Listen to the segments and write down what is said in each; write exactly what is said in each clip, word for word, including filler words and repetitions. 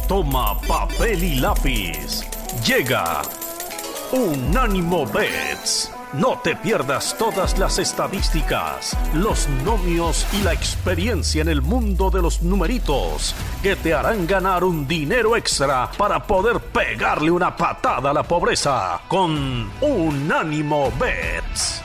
Toma papel y lápiz. Llega Unánimo Bets. No te pierdas todas las estadísticas, los nomios y la experiencia en el mundo de los numeritos que te harán ganar un dinero extra para poder pegarle una patada a la pobreza con Unánimo Bets.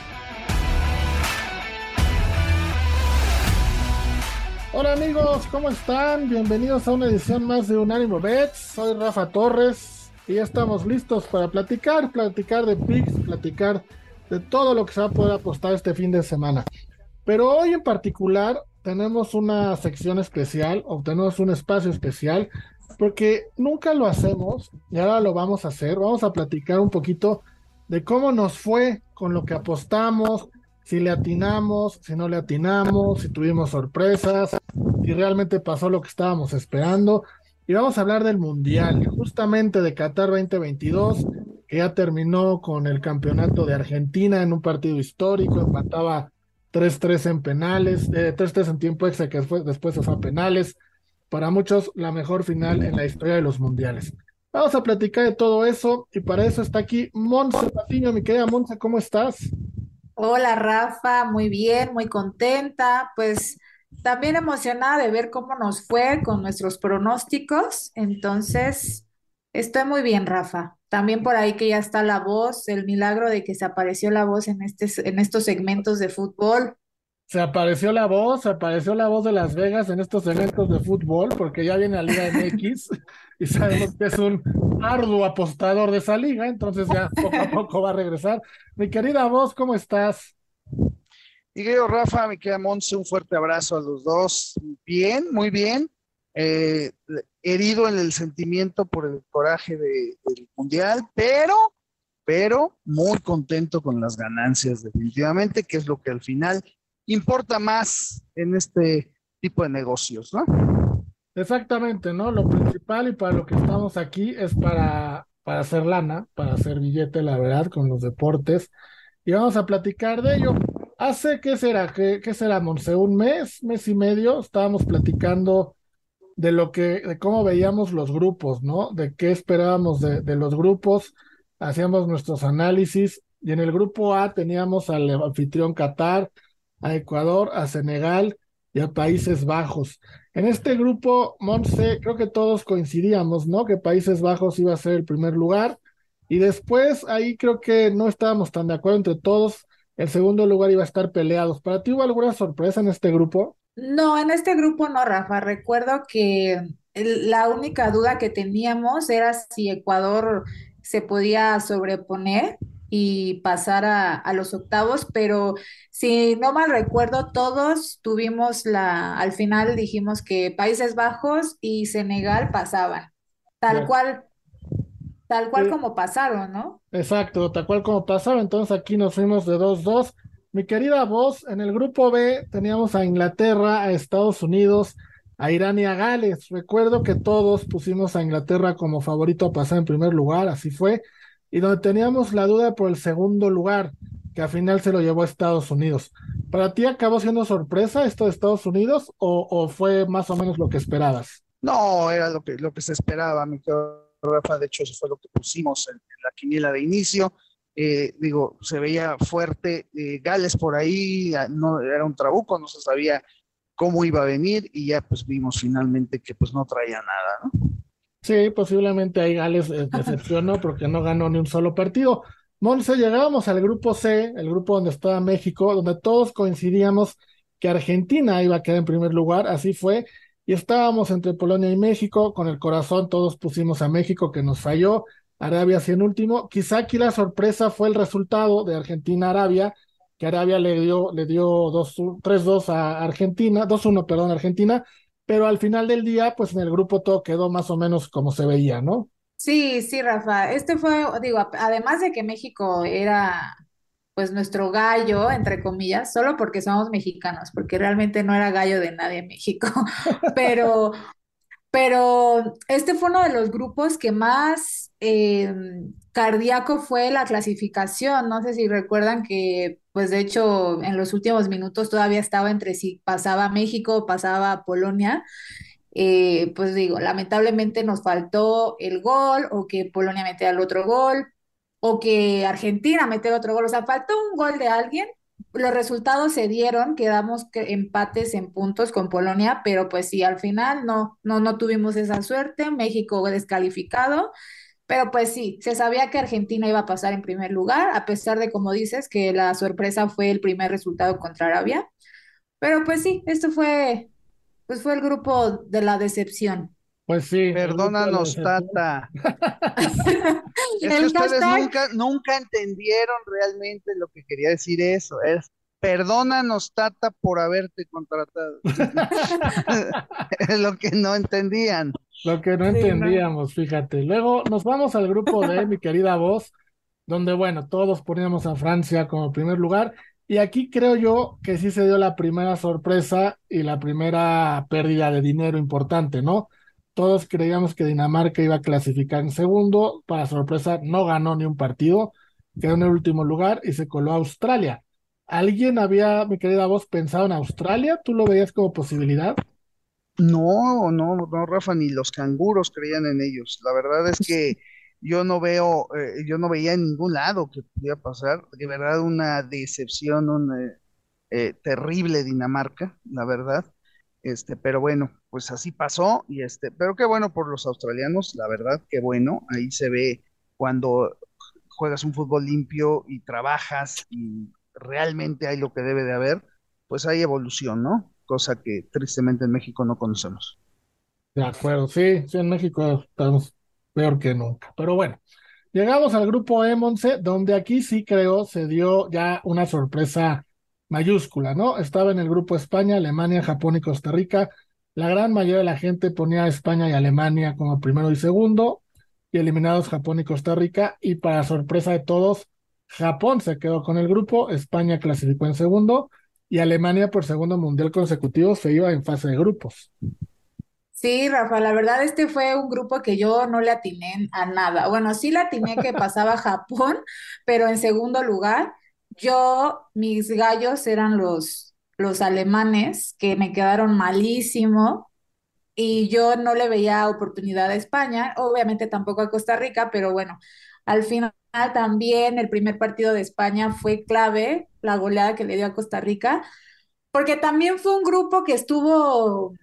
Hola amigos, ¿cómo están? Bienvenidos a una edición más de Unánimo Bets. Soy Rafa Torres y ya estamos listos para platicar, platicar de picks, platicar de todo lo que se va a poder apostar este fin de semana. Pero hoy en particular tenemos una sección especial, o tenemos un espacio especial, porque nunca lo hacemos y ahora lo vamos a hacer. Vamos a platicar un poquito de cómo nos fue con lo que apostamos, si le atinamos, si no le atinamos, si tuvimos sorpresas, si realmente pasó lo que estábamos esperando. Y vamos a hablar del Mundial, justamente de Qatar veinte veintidós, que ya terminó con el campeonato de Argentina en un partido histórico, empataba tres tres en penales, eh, tres tres en tiempo extra, que fue, después se fue a penales. Para muchos, la mejor final en la historia de los mundiales. Vamos a platicar de todo eso, y para eso está aquí Monse Patiño. Mi querida Monse, ¿cómo estás? Hola Rafa, muy bien, muy contenta, pues también emocionada de ver cómo nos fue con nuestros pronósticos, entonces estoy muy bien, Rafa. También por ahí que ya está la voz, el milagro de que se apareció la voz en este, en estos segmentos de fútbol. Se apareció la voz, se apareció la voz de Las Vegas en estos eventos de fútbol, porque ya viene la Liga M X y sabemos que es un arduo apostador de esa liga, entonces ya poco a poco va a regresar. Mi querida voz, ¿cómo estás? Y querido Rafa, mi querida Monse, un fuerte abrazo a los dos. Bien, muy bien. Eh, herido en el sentimiento por el coraje de- del Mundial, pero, pero muy contento con las ganancias, definitivamente, que es lo que al final importa más en este tipo de negocios, ¿no? Exactamente, ¿no? Lo principal y para lo que estamos aquí es para, para hacer lana, para hacer billete, la verdad, con los deportes. Y vamos a platicar de ello. Hace, ¿qué será? ¿Qué, qué será, Monse? ¿Un mes, mes y medio? Estábamos platicando de lo que, de cómo veíamos los grupos, ¿no? De qué esperábamos de, de los grupos, hacíamos nuestros análisis, y en el grupo A teníamos al anfitrión Qatar, a Ecuador, a Senegal y a Países Bajos. En este grupo, Monse, creo que todos coincidíamos, ¿no? Que Países Bajos iba a ser el primer lugar, y después ahí creo que no estábamos tan de acuerdo entre todos. El segundo lugar iba a estar peleados. ¿Para ti hubo alguna sorpresa en este grupo? No, en este grupo no, Rafa. Recuerdo que el- la única duda que teníamos era si Ecuador se podía sobreponer y pasar a, a los octavos, pero si no mal recuerdo, todos tuvimos la, al final dijimos que Países Bajos y Senegal pasaban, tal Ya. cual, tal cual Sí, como pasaron, ¿no? exacto, tal cual como pasaba. Entonces aquí nos fuimos de dos dos. Mi querida voz, en el grupo B teníamos a Inglaterra, a Estados Unidos, a Irán y a Gales. Recuerdo que todos pusimos a Inglaterra como favorito a pasar en primer lugar, así fue. Y donde teníamos la duda por el segundo lugar, que al final se lo llevó a Estados Unidos. ¿Para ti acabó siendo sorpresa esto de Estados Unidos, o, o fue más o menos lo que esperabas? No, era lo que, lo que se esperaba, mi querido Rafa. De hecho, eso fue lo que pusimos en, en la quiniela de inicio. Eh, digo, se veía fuerte. eh, Gales por ahí, ah, no era un trabuco, no se sabía cómo iba a venir y ya pues vimos finalmente que pues no traía nada, ¿no? Sí, posiblemente ahí Gales eh, decepcionó porque no ganó ni un solo partido. Monse, llegábamos al grupo C, el grupo donde estaba México, donde todos coincidíamos que Argentina iba a quedar en primer lugar, así fue, y estábamos entre Polonia y México. Con el corazón todos pusimos a México, que nos falló. Arabia sí en último. Quizá aquí la sorpresa fue el resultado de Argentina-Arabia, que Arabia le dio, le dio dos, tres dos a Argentina, dos uno, perdón, a Argentina, pero al final del día, pues en el grupo todo quedó más o menos como se veía, ¿no? Sí, sí, Rafa. Este fue, digo, a- además de que México era pues nuestro gallo, entre comillas, solo porque somos mexicanos, porque realmente no era gallo de nadie en México, pero pero este fue uno de los grupos que más eh, cardíaco fue la clasificación. No sé si recuerdan que, pues de hecho, en los últimos minutos todavía estaba entre si pasaba México o pasaba Polonia. Eh, pues digo, lamentablemente nos faltó el gol o que Polonia metiera el otro gol o que Argentina metiera otro gol, o sea, faltó un gol de alguien. Los resultados se dieron, quedamos que- empates en puntos con Polonia, pero pues sí, al final no, no, no tuvimos esa suerte, México descalificado, pero pues sí, se sabía que Argentina iba a pasar en primer lugar, a pesar de, como dices, que la sorpresa fue el primer resultado contra Arabia, pero pues sí, esto fue, pues fue el grupo de la decepción. Pues sí, el grupo de la Perdónanos, decepción. Tata. Es que El ustedes hashtag, nunca, nunca entendieron realmente lo que quería decir eso. Es perdónanos, Tata, por haberte contratado. Es lo que no entendían. Lo que no sí, no. entendíamos, fíjate. Luego nos vamos al grupo de mi querida voz, donde, bueno, todos poníamos a Francia como primer lugar. Y aquí creo yo que sí se dio la primera sorpresa y la primera pérdida de dinero importante, ¿no? Todos creíamos que Dinamarca iba a clasificar en segundo. Para sorpresa, no ganó ni un partido, quedó en el último lugar y se coló a Australia. ¿Alguien había, mi querida voz, pensado en Australia? ¿Tú lo veías como posibilidad? No, no, no, Rafa, ni los canguros creían en ellos. La verdad es que yo no veo, eh, yo no veía en ningún lado que pudiera pasar. De verdad, una decepción, un eh, eh, terrible Dinamarca, la verdad. Este, pero bueno, pues así pasó y este, pero qué bueno por los australianos, la verdad, qué bueno. Ahí se ve cuando juegas un fútbol limpio y trabajas y realmente hay lo que debe de haber, pues hay evolución, ¿no? Cosa que tristemente en México no conocemos. De acuerdo, sí, sí, en México estamos peor que nunca. Pero bueno, llegamos al grupo E, Monse, donde aquí sí creo se dio ya una sorpresa mayúscula, ¿no? Estaba en el grupo España, Alemania, Japón y Costa Rica. La gran mayoría de la gente ponía a España y Alemania como primero y segundo, y eliminados Japón y Costa Rica. Y para sorpresa de todos, Japón se quedó con el grupo, España clasificó en segundo, y Alemania por segundo mundial consecutivo se iba en fase de grupos. Sí, Rafa, la verdad este fue un grupo que yo no le atiné a nada. Bueno, sí le atiné que pasaba Japón, pero en segundo lugar, yo, mis gallos eran los, los alemanes, que me quedaron malísimo y yo no le veía oportunidad a España, obviamente tampoco a Costa Rica, pero bueno, al final también el primer partido de España fue clave, la goleada que le dio a Costa Rica, porque también fue un grupo que estuvo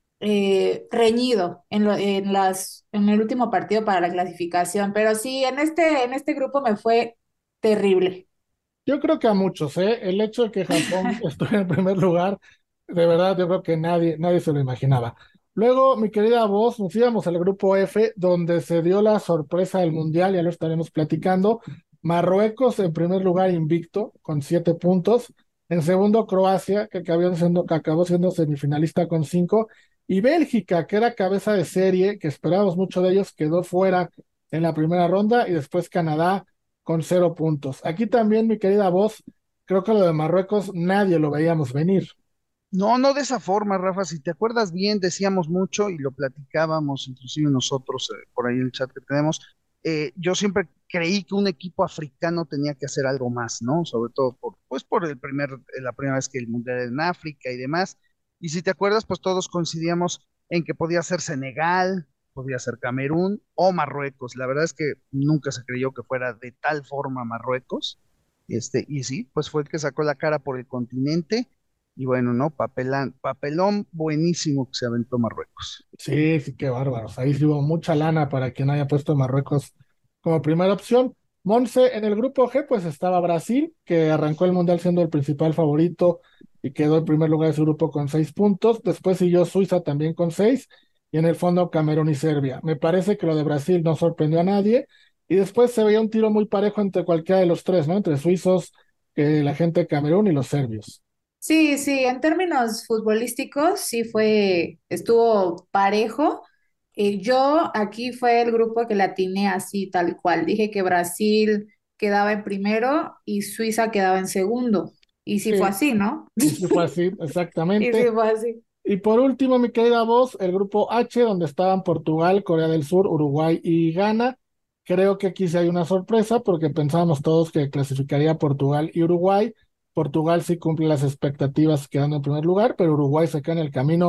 eh, reñido en, lo- en las, en el último partido para la clasificación, pero sí, en este, en este grupo me fue terrible. Yo creo que a muchos, ¿eh? El hecho de que Japón estuviera en primer lugar, de verdad, yo creo que nadie, nadie se lo imaginaba. Luego, mi querida voz, nos íbamos al grupo F, donde se dio la sorpresa del Mundial, ya lo estaremos platicando. Marruecos en primer lugar invicto, con siete puntos. En segundo, Croacia, que acabó siendo, que acabó siendo semifinalista con cinco. Y Bélgica, que era cabeza de serie, que esperábamos mucho de ellos, quedó fuera en la primera ronda. Y después Canadá con cero puntos. Aquí también, mi querida voz, creo que lo de Marruecos nadie lo veíamos venir. No, no de esa forma, Rafa. Si te acuerdas bien, decíamos mucho y lo platicábamos, inclusive nosotros, eh, por ahí en el chat que tenemos. Eh, yo siempre creí que un equipo africano tenía que hacer algo más, ¿no? Sobre todo por, pues por el primer, eh, la primera vez que el Mundial era en África y demás. Y si te acuerdas, pues todos coincidíamos en que podía ser Senegal, podía ser Camerún o Marruecos. La verdad es que nunca se creyó que fuera de tal forma Marruecos. Este, y sí, pues fue el que sacó la cara por el continente y bueno, ¿no? Papelán, papelón buenísimo que se aventó Marruecos. Sí, sí, qué bárbaros. Ahí sí hubo mucha lana para quien haya puesto Marruecos como primera opción. Monse, en el grupo G, pues estaba Brasil, que arrancó el Mundial siendo el principal favorito y quedó en primer lugar de su grupo con seis puntos. Después siguió Suiza también con seis, y en el fondo Camerún y Serbia. Me parece que lo de Brasil no sorprendió a nadie. Y después se veía un tiro muy parejo entre cualquiera de los tres, ¿no? Entre suizos, eh, la gente de Camerún y los serbios. Sí, sí, en términos futbolísticos sí fue, estuvo parejo. Eh, yo aquí fue el grupo que la atiné así tal cual. Dije que Brasil quedaba en primero y Suiza quedaba en segundo. Y sí fue Sí, así, ¿no? y sí fue así, Y sí exactamente. fue así. Y por último, mi querida voz, el grupo H, donde estaban Portugal, Corea del Sur, Uruguay y Ghana. Creo que aquí sí hay una sorpresa porque pensábamos todos que clasificaría Portugal y Uruguay. Portugal sí cumple las expectativas quedando en primer lugar, pero Uruguay se queda en el camino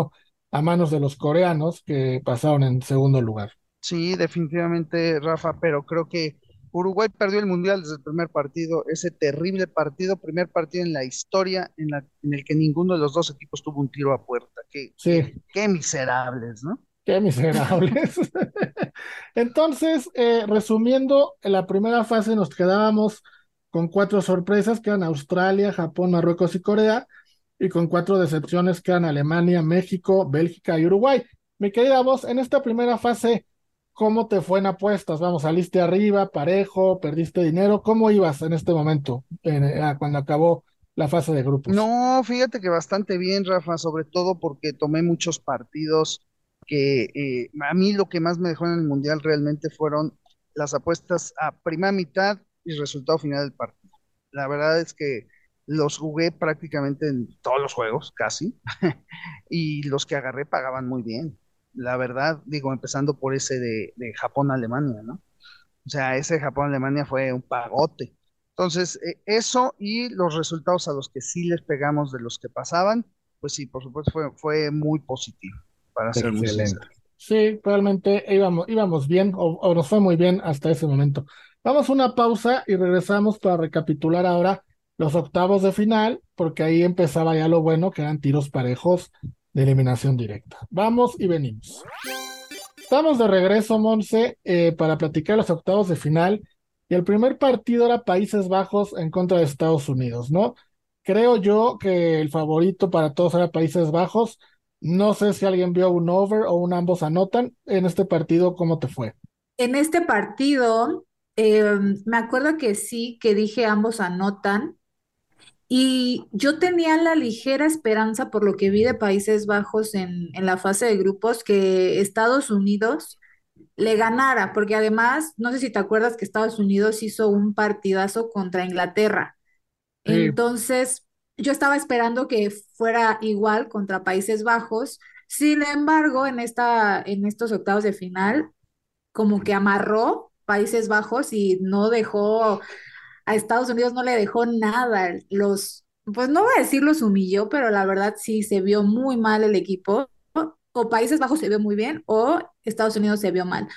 a manos de los coreanos que pasaron en segundo lugar. Sí, definitivamente, Rafa, pero creo que Uruguay perdió el Mundial desde el primer partido, ese terrible partido, primer partido en la historia en, la- en el que ninguno de los dos equipos tuvo un tiro a puerta. Qué, qué, Sí, qué miserables, ¿no? qué miserables. Entonces, eh, resumiendo, en la primera fase nos quedábamos con cuatro sorpresas, que eran Australia, Japón, Marruecos y Corea, y con cuatro decepciones, que eran Alemania, México, Bélgica y Uruguay. Mi querida voz, en esta primera fase, ¿cómo te fue en apuestas? Vamos, saliste arriba, parejo, perdiste dinero. ¿Cómo ibas en este momento, en- eh, cuando acabó la fase de grupos? No, fíjate que bastante bien, Rafa, sobre todo porque tomé muchos partidos que eh, a mí lo que más me dejó en el Mundial realmente fueron las apuestas a primera mitad y resultado final del partido. La verdad es que los jugué prácticamente en todos los juegos, casi, y los que agarré pagaban muy bien. La verdad, digo, empezando por ese de, de Japón-Alemania, ¿no? O sea, ese Japón-Alemania fue un pagote. Entonces, eh, eso y los resultados a los que sí les pegamos de los que pasaban, pues sí, por supuesto fue, fue muy positivo, para ser muy Excelente. sincero. Sí, realmente íbamos, íbamos bien, o, o nos fue muy bien hasta ese momento. Vamos a una pausa y regresamos para recapitular ahora los octavos de final, porque ahí empezaba ya lo bueno, que eran tiros parejos de eliminación directa. Vamos y venimos. Estamos de regreso, Monse, eh, para platicar los octavos de final. Y el primer partido era Países Bajos en contra de Estados Unidos, ¿no? Creo yo que el favorito para todos era Países Bajos. No sé si alguien vio un over o un ambos anotan. En este partido, ¿cómo te fue? En este partido, eh, me acuerdo que sí, que dije ambos anotan. Y yo tenía la ligera esperanza, por lo que vi de Países Bajos en, en la fase de grupos, que Estados Unidos le ganara, porque además, no sé si te acuerdas que Estados Unidos hizo un partidazo contra Inglaterra. Sí, Entonces, yo estaba esperando que fuera igual contra Países Bajos. Sin embargo, en esta, en estos octavos de final, como que amarró Países Bajos y no dejó, a Estados Unidos no le dejó nada. Los, pues no voy a decir los humilló, pero la verdad sí se vio muy mal el equipo. O Países Bajos se vio muy bien, o Estados Unidos se vio mal.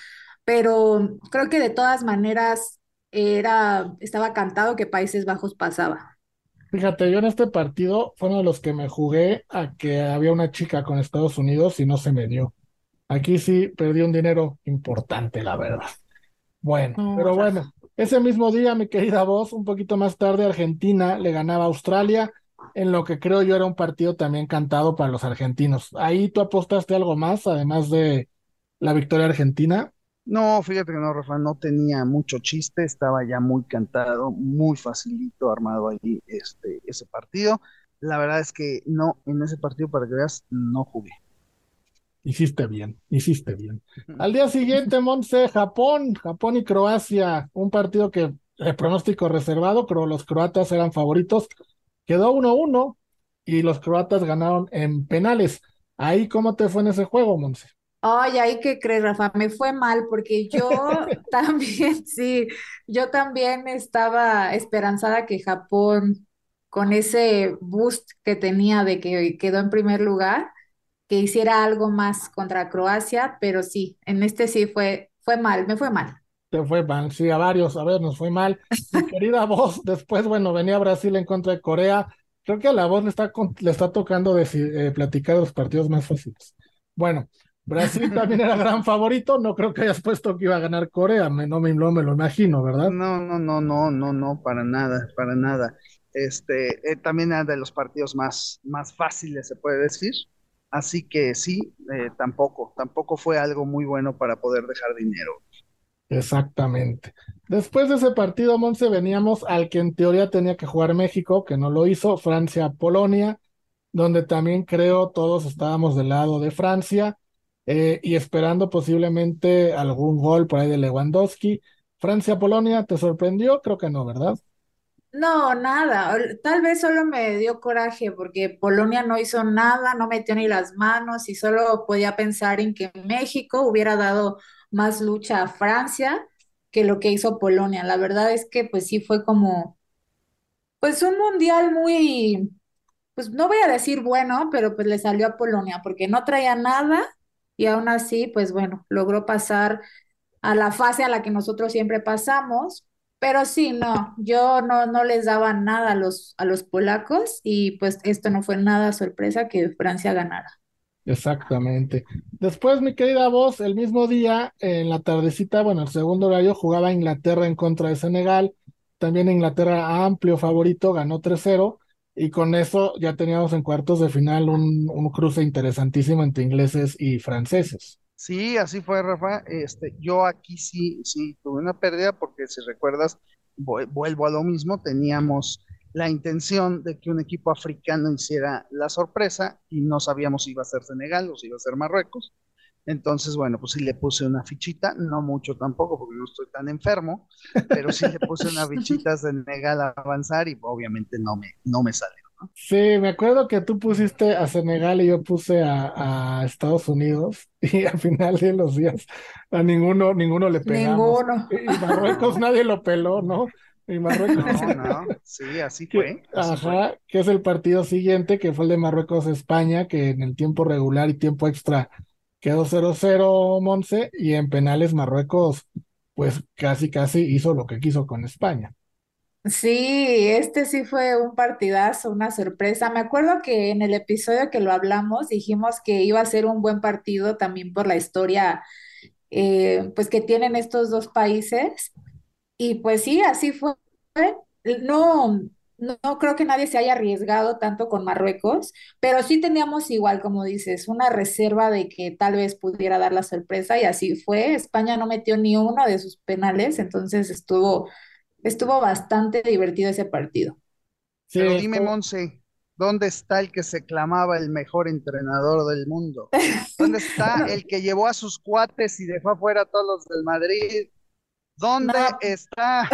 Pero creo que de todas maneras era, estaba cantado que Países Bajos pasaba. fíjate, yo en este partido fue uno de los que me jugué a que había una chica con Estados Unidos y no se me dio. Aquí sí perdí un dinero importante, la verdad. Bueno, No, pero Rafa. bueno, ese mismo día, mi querida voz, un poquito más tarde, Argentina le ganaba a Australia, en lo que creo yo era un partido también cantado para los argentinos. Ahí tú apostaste algo más, además de la victoria argentina. No, fíjate que no, Rafa, no tenía mucho chiste, estaba ya muy cantado, muy facilito armado ahí este, ese partido. La verdad es que no, en ese partido, para que veas, no jugué. Hiciste bien, hiciste bien. Al día siguiente, Monse, Japón, Japón y Croacia, un partido que de pronóstico reservado, pero los croatas eran favoritos. Quedó uno uno y los croatas ganaron en penales. Ahí, ¿cómo te fue en ese juego, Monse? Ay, ahí qué crees, Rafa, me fue mal porque yo también, sí, yo también estaba esperanzada que Japón, con ese boost que tenía de que quedó en primer lugar, que hiciera algo más contra Croacia, pero sí, en este sí fue, fue mal, me fue mal. Te fue mal, sí, a varios, a ver, nos fue mal. Mi querida voz, después, bueno, venía Brasil en contra de Corea. Creo que a la voz le está, con- le está tocando deci- eh, platicar de los partidos más fáciles. Bueno, Brasil también era gran favorito, no creo que hayas puesto que iba a ganar Corea, me- no me, no me lo imagino, ¿verdad? No, no, no, no, no, no, para nada, para nada. Este, eh, también era de los partidos más, más fáciles, se puede decir. Así que sí, eh, tampoco, tampoco fue algo muy bueno para poder dejar dinero. Exactamente. Después de ese partido, Monse, veníamos al que en teoría tenía que jugar México, que no lo hizo, Francia-Polonia, donde también creo todos estábamos del lado de Francia eh, y esperando posiblemente algún gol por ahí de Lewandowski. Francia-Polonia, ¿te sorprendió? Creo que no, ¿verdad? No, nada, ol- tal vez solo me dio coraje porque Polonia no hizo nada, no metió ni las manos y solo podía pensar en que México hubiera dado más lucha a Francia que lo que hizo Polonia. La verdad es que pues sí fue como, pues un mundial muy, pues no voy a decir bueno, pero pues le salió a Polonia porque no traía nada y aún así, pues bueno, logró pasar a la fase a la que nosotros siempre pasamos. Pero sí, no, yo no, no les daba nada a los, a los polacos y pues esto no fue nada sorpresa que Francia ganara. Exactamente. Después, mi querida voz, el mismo día, en la tardecita, bueno, el segundo horario jugaba Inglaterra en contra de Senegal. También Inglaterra, amplio favorito, ganó tres cero. Y con eso ya teníamos en cuartos de final un, un cruce interesantísimo entre ingleses y franceses. Sí, así fue, Rafa. Este, yo aquí sí, sí tuve una pérdida porque si recuerdas, vu- vuelvo a lo mismo, teníamos la intención de que un equipo africano hiciera la sorpresa y no sabíamos si iba a ser Senegal o si iba a ser Marruecos. Entonces, bueno, pues sí le puse una fichita, no mucho tampoco porque no estoy tan enfermo, pero sí le puse una fichita a Senegal a avanzar y obviamente no me, no me salió. Sí, me acuerdo que tú pusiste a Senegal y yo puse a, a Estados Unidos y al final de los días a ninguno, ninguno le pegamos. Ninguno. Y, y Marruecos nadie lo peló, ¿no? Y Marruecos, No, no, sí, así que, fue, así fue. ajá, que es el partido siguiente, que fue el de Marruecos-España, que en el tiempo regular y tiempo extra quedó cero cero Monse, y en penales Marruecos, pues casi casi hizo lo que quiso con España. Sí, este sí fue un partidazo, una sorpresa. Me acuerdo que en el episodio que lo hablamos dijimos que iba a ser un buen partido también por la historia, eh, pues que tienen estos dos países. Y pues sí, así fue. No, no, no creo que nadie se haya arriesgado tanto con Marruecos, pero sí teníamos igual, como dices, una reserva de que tal vez pudiera dar la sorpresa y así fue. España no metió ni uno de sus penales, entonces estuvo, estuvo bastante divertido ese partido. Sí, Pero dime, esto- Monse, ¿dónde está el que se clamaba el mejor entrenador del mundo? ¿Dónde está No, el que llevó a sus cuates y dejó afuera a todos los del Madrid? ¿Dónde no, está?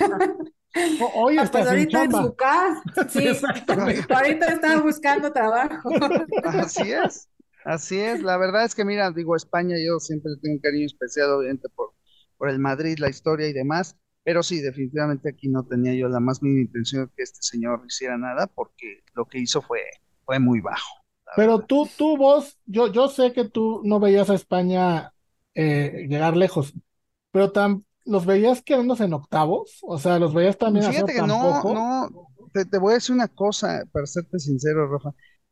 ho- hoy no, está pues sin ahorita en chamba. su casa, Sí, sí, exactamente. ahorita estaba buscando trabajo. Así es, así es. La verdad es que, mira, digo, España, yo siempre le tengo un cariño especial, obviamente, por, por el Madrid, la historia y demás, pero sí, definitivamente aquí no tenía yo la más mínima intención de que este señor hiciera nada, porque lo que hizo fue, fue muy bajo, la Pero verdad. tú, tú, vos, yo, yo sé que tú no veías a España eh, llegar lejos, pero tam- los veías quedándose en octavos, o sea, los veías también haciendo Fíjate que tan no, poco. no, te, te voy a decir una cosa, para serte sincero, Rafa.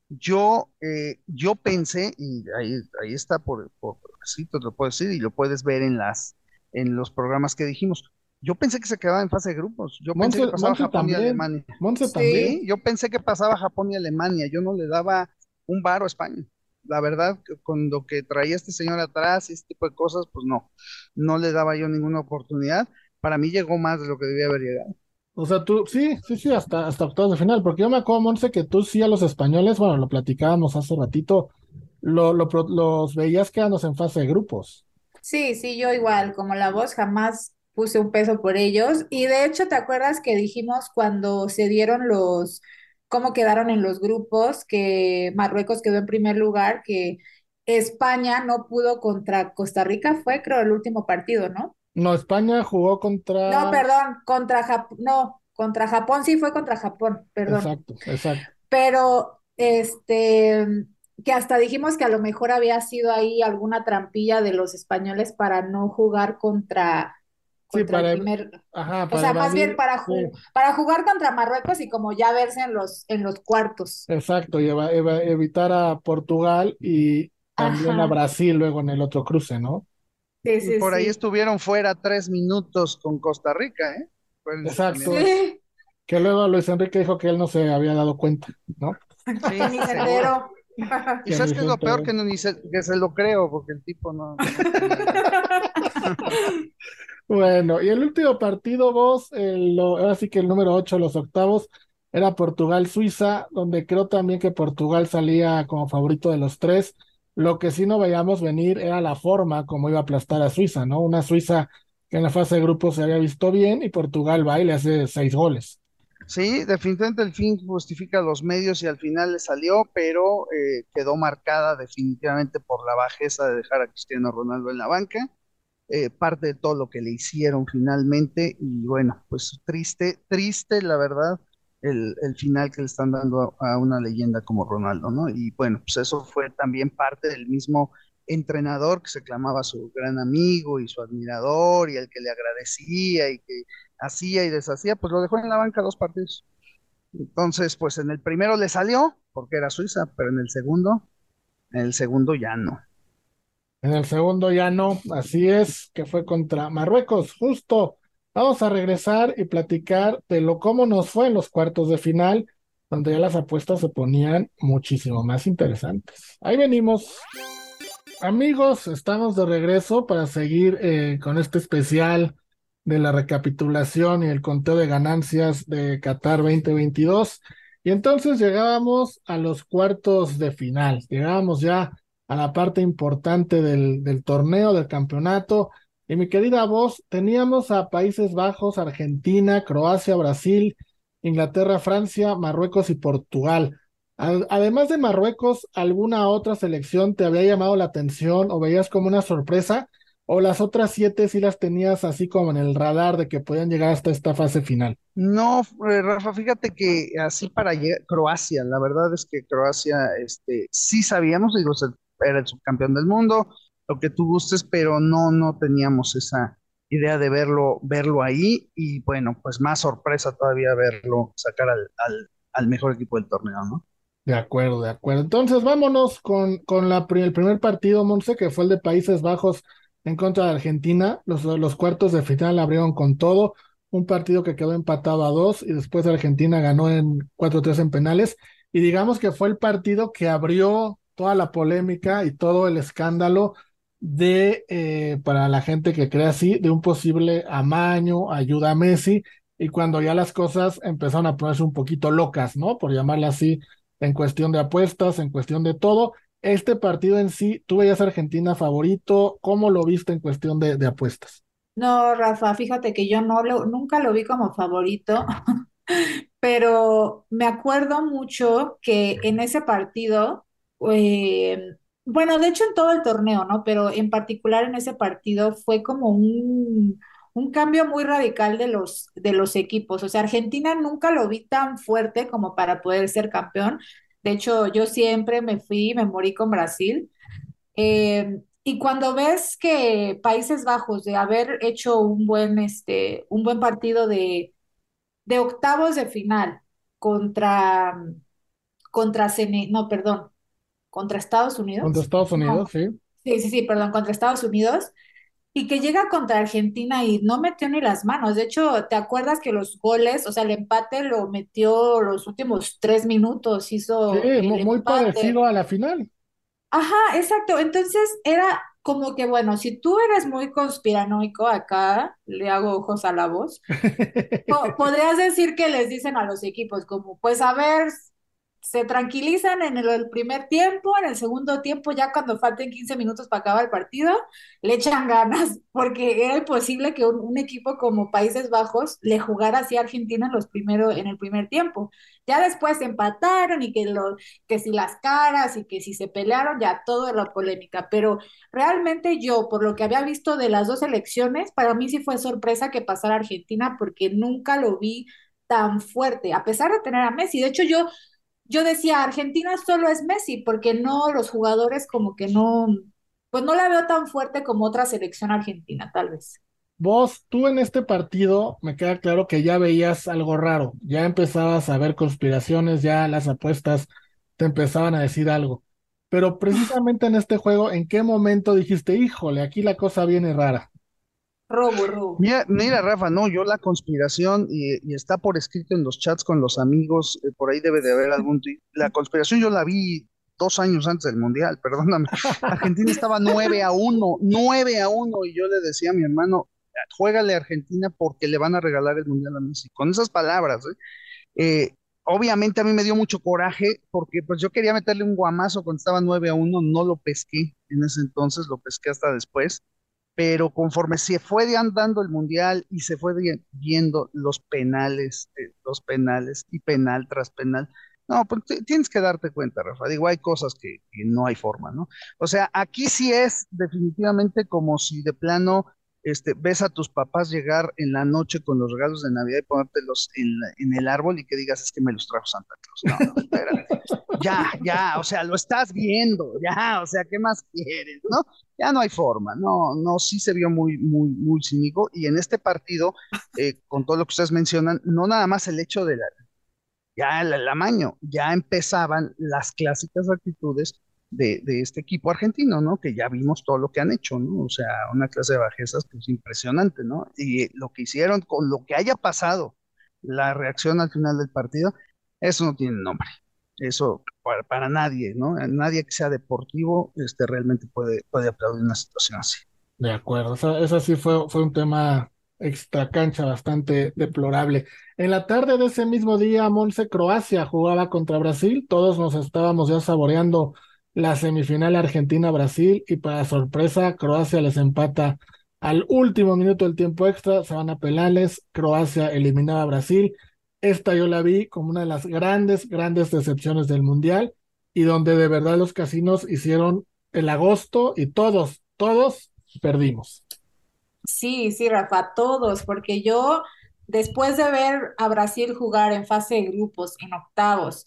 Yo, eh, yo pensé, y ahí, ahí está por, por, por escrito, te lo puedo decir, y lo puedes ver en las, en los programas que dijimos. Yo pensé que se quedaba en fase de grupos. Yo pensé que Monse, pasaba Monse Japón y también, Alemania. Monse también. Sí. Sí, yo pensé que pasaba Japón y Alemania. Yo no le daba un varo a España. La verdad, que con lo que traía este señor atrás y este tipo de cosas, pues no, no le daba yo ninguna oportunidad. Para mí llegó más de lo que debía haber llegado. O sea, tú, sí, sí, sí, hasta, hasta octavos de final, porque yo me acuerdo, Monse, que tú sí a los españoles, bueno, lo platicábamos hace ratito, lo, lo pro- los veías quedándose en fase de grupos. Sí, sí, yo igual, como la voz jamás puse un peso por ellos. Y de hecho, ¿te acuerdas que dijimos cuando se dieron los, cómo quedaron en los grupos, que Marruecos quedó en primer lugar, que España no pudo contra Costa Rica, fue creo el último partido, ¿no? No, España jugó No, contra... perdón, contra Japón, no, contra Japón, sí fue contra Japón, perdón. Exacto, exacto. Pero este, que hasta dijimos que a lo mejor había sido ahí alguna trampilla de los españoles para no jugar contra, Sí, contra el para, ev- primer, ajá, o para sea, más bien evadir, para, sí, ju- para jugar contra Marruecos y como ya verse en los, en los cuartos. exacto, y eva- eva- evitar a Portugal y también a Ajá, Brasil luego en el otro cruce, ¿no? sí, Y sí, por ahí sí. estuvieron fuera tres minutos con Costa Rica, ¿eh? Acuérdense también Exacto, de eso. Sí, que luego Luis Enrique dijo que él no se había dado cuenta, ¿no? que Sí, ni se seguro. enteró. ¿Y Que sabes ni qué es se lo peor? enteró. Que, no, ni se, que se lo creo, porque el tipo no, no tenía idea. Bueno, y el último partido, vos, el, lo- ahora sí que el número ocho, los octavos, era Portugal-Suiza, donde creo también que Portugal salía como favorito de los tres. Lo que sí no veíamos venir era la forma como iba a aplastar a Suiza, ¿no? Una Suiza que en la fase de grupos se había visto bien y Portugal va y le hace seis goles. Sí, definitivamente el fin justifica los medios y al final le salió, pero eh, quedó marcada definitivamente por la bajeza de dejar a Cristiano Ronaldo en la banca, eh, parte de todo lo que le hicieron finalmente y bueno, pues triste, triste la verdad, el, el final que le están dando a, a una leyenda como Ronaldo, ¿no? Y bueno, pues eso fue también parte del mismo entrenador que se clamaba su gran amigo y su admirador y el que le agradecía y que hacía y deshacía, pues lo dejó en la banca dos partidos. Entonces, pues en el primero le salió porque era Suiza, pero en el segundo, en el segundo ya no. En el segundo ya no, así es, que fue contra Marruecos, justo. Vamos a regresar y platicar de lo cómo nos fue en los cuartos de final, donde ya las apuestas se ponían muchísimo más interesantes. Ahí venimos. Amigos, estamos de regreso para seguir eh, con este especial de la recapitulación y el conteo de ganancias de Qatar dos mil veintidós. Y entonces llegábamos a los cuartos de final, llegábamos ya a la parte importante del, del torneo, del campeonato. Y mi querida voz, teníamos a Países Bajos, Argentina, Croacia, Brasil, Inglaterra, Francia, Marruecos y Portugal. Al- Además de Marruecos, ¿alguna otra selección te había llamado la atención o veías como una sorpresa? ¿O las otras siete sí las tenías así como en el radar de que podían llegar hasta esta fase final? No, eh, Rafa, fíjate que así para llegar, Croacia, la verdad es que Croacia, este, sí sabíamos, digo, se- era el subcampeón del mundo, lo que tú gustes, pero no, no teníamos esa idea de verlo, verlo ahí, y bueno, pues más sorpresa todavía verlo sacar al, al, al mejor equipo del torneo, ¿no? De acuerdo, de acuerdo. Entonces vámonos con, con la, pri- el primer partido, Monse, que fue el de Países Bajos en contra de Argentina. Los, los cuartos de final abrieron con todo. Un partido que quedó empatado a dos y después Argentina ganó en cuatro tres en penales. Y digamos que fue el partido que abrió toda la polémica y todo el escándalo de, eh, para la gente que cree así, de un posible amaño, ayuda a Messi. Y cuando ya las cosas empezaron a ponerse un poquito locas, ¿no? Por llamarla así en cuestión de apuestas, en cuestión de todo. Este partido en sí, ¿tú veías a Argentina favorito? ¿Cómo lo viste en cuestión de, de apuestas? No, Rafa, fíjate que yo no lo, nunca lo vi como favorito, pero me acuerdo mucho que en ese partido, eh, bueno, de hecho en todo el torneo, ¿no? Pero en particular en ese partido fue como un, un cambio muy radical de los, de los equipos. O sea, Argentina nunca lo vi tan fuerte como para poder ser campeón. De hecho, yo siempre me fui, me morí con Brasil. Eh, y cuando ves que Países Bajos, de haber hecho un buen, este, un buen partido de, de octavos de final contra, contra Sene- no, perdón, contra Estados Contra Unidos. Estados No, Unidos, sí. sí, sí, sí, perdón, contra Estados Unidos. Y que llega contra Argentina y no metió ni las manos. De hecho, ¿te acuerdas que los goles, o sea, el empate lo metió los últimos tres minutos, Sí, hizo el mu- muy empate? parecido a la final. Ajá, exacto. Entonces era como que, bueno, si tú eres muy conspiranoico acá, le hago ojos a la voz, po- podrías decir que les dicen a los equipos como, pues a ver, se tranquilizan en el, el primer tiempo, en el segundo tiempo, ya cuando falten quince minutos para acabar el partido, le echan ganas, porque era imposible que un, un equipo como Países Bajos le jugara así a Argentina en los primeros, en el primer tiempo. Ya después empataron y que, lo, que si las caras y que si se pelearon, ya todo era polémica, pero realmente yo, por lo que había visto de las dos elecciones, para mí sí fue sorpresa que pasara Argentina porque nunca lo vi tan fuerte, a pesar de tener a Messi. De hecho, yo, yo decía, Argentina solo es Messi, porque no, los jugadores como que no, pues no la veo tan fuerte como otra selección argentina, tal vez. Vos, tú en este partido, me queda claro que ya veías algo raro, ya empezabas a ver conspiraciones, ya las apuestas te empezaban a decir algo. Pero precisamente en este juego, ¿en qué momento dijiste, híjole, aquí la cosa viene rara? Robo, robo. Mira, mira, Rafa, no, yo la conspiración, y, y está por escrito en los chats con los amigos, eh, por ahí debe de haber algún tuit. La conspiración yo la vi dos años antes del Mundial, perdóname. Argentina estaba nueve a uno, nueve a uno, y yo le decía a mi hermano, juégale a Argentina porque le van a regalar el Mundial a Messi. Con esas palabras, ¿eh? Eh, obviamente a mí me dio mucho coraje porque pues yo quería meterle un guamazo cuando estaba nueve a uno, no lo pesqué en ese entonces, lo pesqué hasta después, pero conforme se fue andando el mundial y se fue vi- viendo los penales, eh, los penales y penal tras penal, no, pues ti- tienes que darte cuenta, Rafa. Digo, hay cosas que, que no hay forma, ¿no? O sea, aquí sí es definitivamente como si de plano este, ves a tus papás llegar en la noche con los regalos de Navidad y ponértelos en, la- en el árbol y que digas, es que me los trajo Santa Claus. No, no, espérate. Ya, ya, o sea, lo estás viendo, ya, o sea, ¿qué más quieres, no? Ya no hay forma, no, no, sí se vio muy, muy, muy cínico y en este partido, eh, con todo lo que ustedes mencionan, no nada más el hecho de la, ya el, el amaño, ya empezaban las clásicas actitudes de, de este equipo argentino, ¿no? Que ya vimos todo lo que han hecho, ¿no? O sea, una clase de bajezas que es impresionante, ¿no? Y lo que hicieron con lo que haya pasado, la reacción al final del partido, eso no tiene nombre. Eso para, para nadie, ¿no? Nadie que sea deportivo, este, realmente puede, puede aplaudir una situación así. De acuerdo, esa, esa sí fue, fue un tema extracancha bastante deplorable. En la tarde de ese mismo día, Monse, Croacia jugaba contra Brasil. Todos nos estábamos ya saboreando la semifinal Argentina-Brasil y para sorpresa, Croacia les empata al último minuto del tiempo extra, se van a penales, Croacia eliminaba a Brasil. Esta yo la vi como una de las grandes, grandes decepciones del Mundial y donde de verdad los casinos hicieron el agosto y todos, todos perdimos. Sí, sí, Rafa, todos, porque yo, después de ver a Brasil jugar en fase de grupos, en octavos,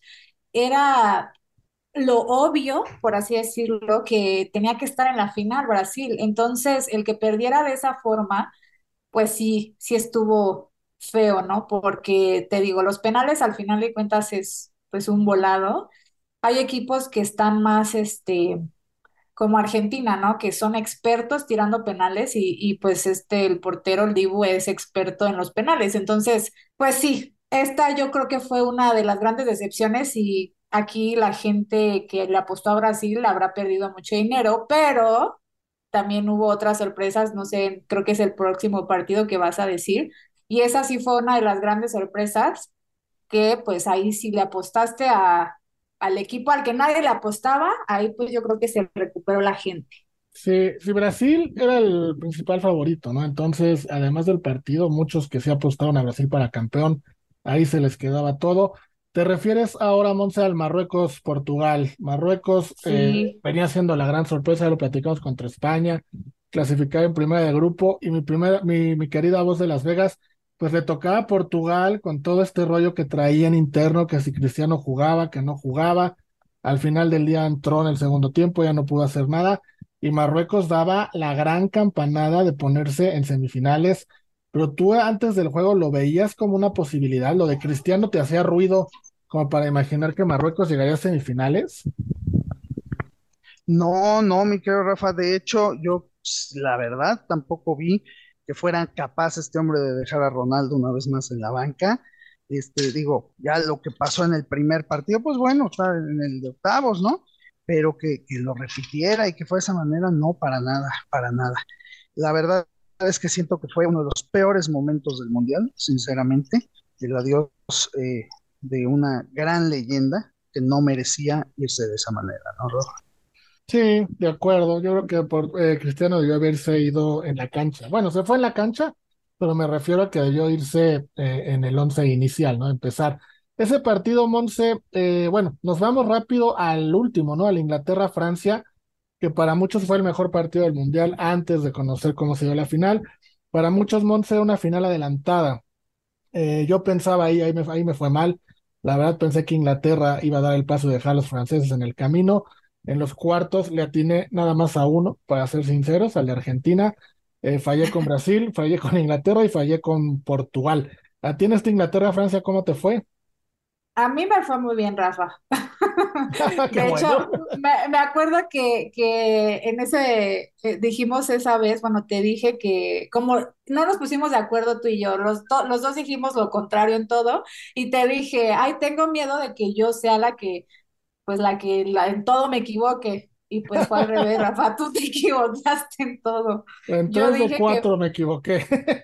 era lo obvio, por así decirlo, que tenía que estar en la final Brasil. Entonces, el que perdiera de esa forma, pues sí, sí estuvo feo, ¿no? Porque te digo, los penales al final de cuentas es pues un volado. Hay equipos que están más, este, como Argentina, ¿no? Que son expertos tirando penales y, y pues este, el portero, el Dibu, es experto en los penales. Entonces, pues sí, esta yo creo que fue una de las grandes decepciones y aquí la gente que le apostó a Brasil habrá perdido mucho dinero, pero también hubo otras sorpresas, no sé, creo que es el próximo partido que vas a decir. Y esa sí fue una de las grandes sorpresas que pues ahí si le apostaste a, al equipo al que nadie le apostaba, ahí pues yo creo que se recuperó la gente. Sí, sí, Brasil era el principal favorito, ¿no? Entonces, además del partido, muchos que se apostaron a Brasil para campeón, ahí se les quedaba todo. ¿Te refieres ahora, Monse, al Marruecos-Portugal? Marruecos eh, Sí, venía siendo la gran sorpresa, ya lo platicamos contra España, clasificado en primera de grupo, y mi primera, mi, mi querida voz de Las Vegas, pues le tocaba a Portugal con todo este rollo que traían interno, que si Cristiano jugaba, que no jugaba. Al final del día entró en el segundo tiempo, ya no pudo hacer nada y Marruecos daba la gran campanada de ponerse en semifinales, pero tú antes del juego lo veías como una posibilidad, lo de Cristiano te hacía ruido como para imaginar que Marruecos llegaría a semifinales. No, no, mi querido Rafa, de hecho, yo pues, la verdad tampoco vi que fueran capaces este hombre de dejar a Ronaldo una vez más en la banca. Este, digo, ya lo que pasó en el primer partido, pues bueno, está en el de octavos, ¿no? Pero que, que lo repitiera y que fue de esa manera, no, para nada, para nada. La verdad es que siento que fue uno de los peores momentos del Mundial, sinceramente, el adiós eh, de una gran leyenda que no merecía irse de esa manera, ¿no, Rafa? Sí, de acuerdo. Yo creo que por, eh, Cristiano debió haberse ido en la cancha. Bueno, se fue en la cancha, pero me refiero a que debió irse eh, en el once inicial, ¿no? Empezar. Ese partido, Monse, eh, bueno, nos vamos rápido al último, ¿no? Al Inglaterra-Francia, que para muchos fue el mejor partido del Mundial antes de conocer cómo se dio la final. Para muchos, Monse, una final adelantada. Eh, yo pensaba ahí, ahí me, ahí me fue mal. La verdad pensé que Inglaterra iba a dar el paso y dejar a los franceses en el camino. En los cuartos le atiné nada más a uno, para ser sinceros, al de Argentina. Eh, fallé con Brasil, fallé con Inglaterra y fallé con Portugal. ¿A ti en esta Inglaterra-Francia cómo te fue? a mí me fue muy bien, Rafa. Qué De hecho, bueno. me, me acuerdo que, que en ese, eh, dijimos esa vez, bueno, te dije que como no nos pusimos de acuerdo tú y yo, los, do- los dos dijimos lo contrario en todo, y te dije, ay, tengo miedo de que yo sea la que, pues la que la, en todo me equivoque. Y pues fue al revés, Rafa, tú te equivocaste en todo. En Yo tres de dije que, cuatro me equivoqué.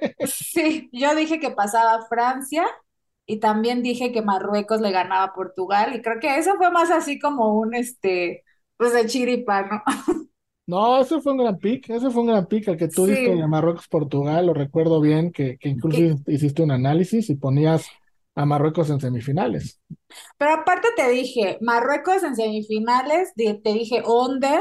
sí, yo dije que pasaba Francia y también dije que Marruecos le ganaba a Portugal y creo que eso fue más así como un, este, pues de chiripa, ¿no? No, ese fue un gran pick, ese fue un gran pick, el que tú diste Sí, de Marruecos-Portugal, lo recuerdo bien, que, que incluso y- hiciste un análisis y ponías a Marruecos en semifinales. pero aparte te dije, Marruecos en semifinales, di- te dije under,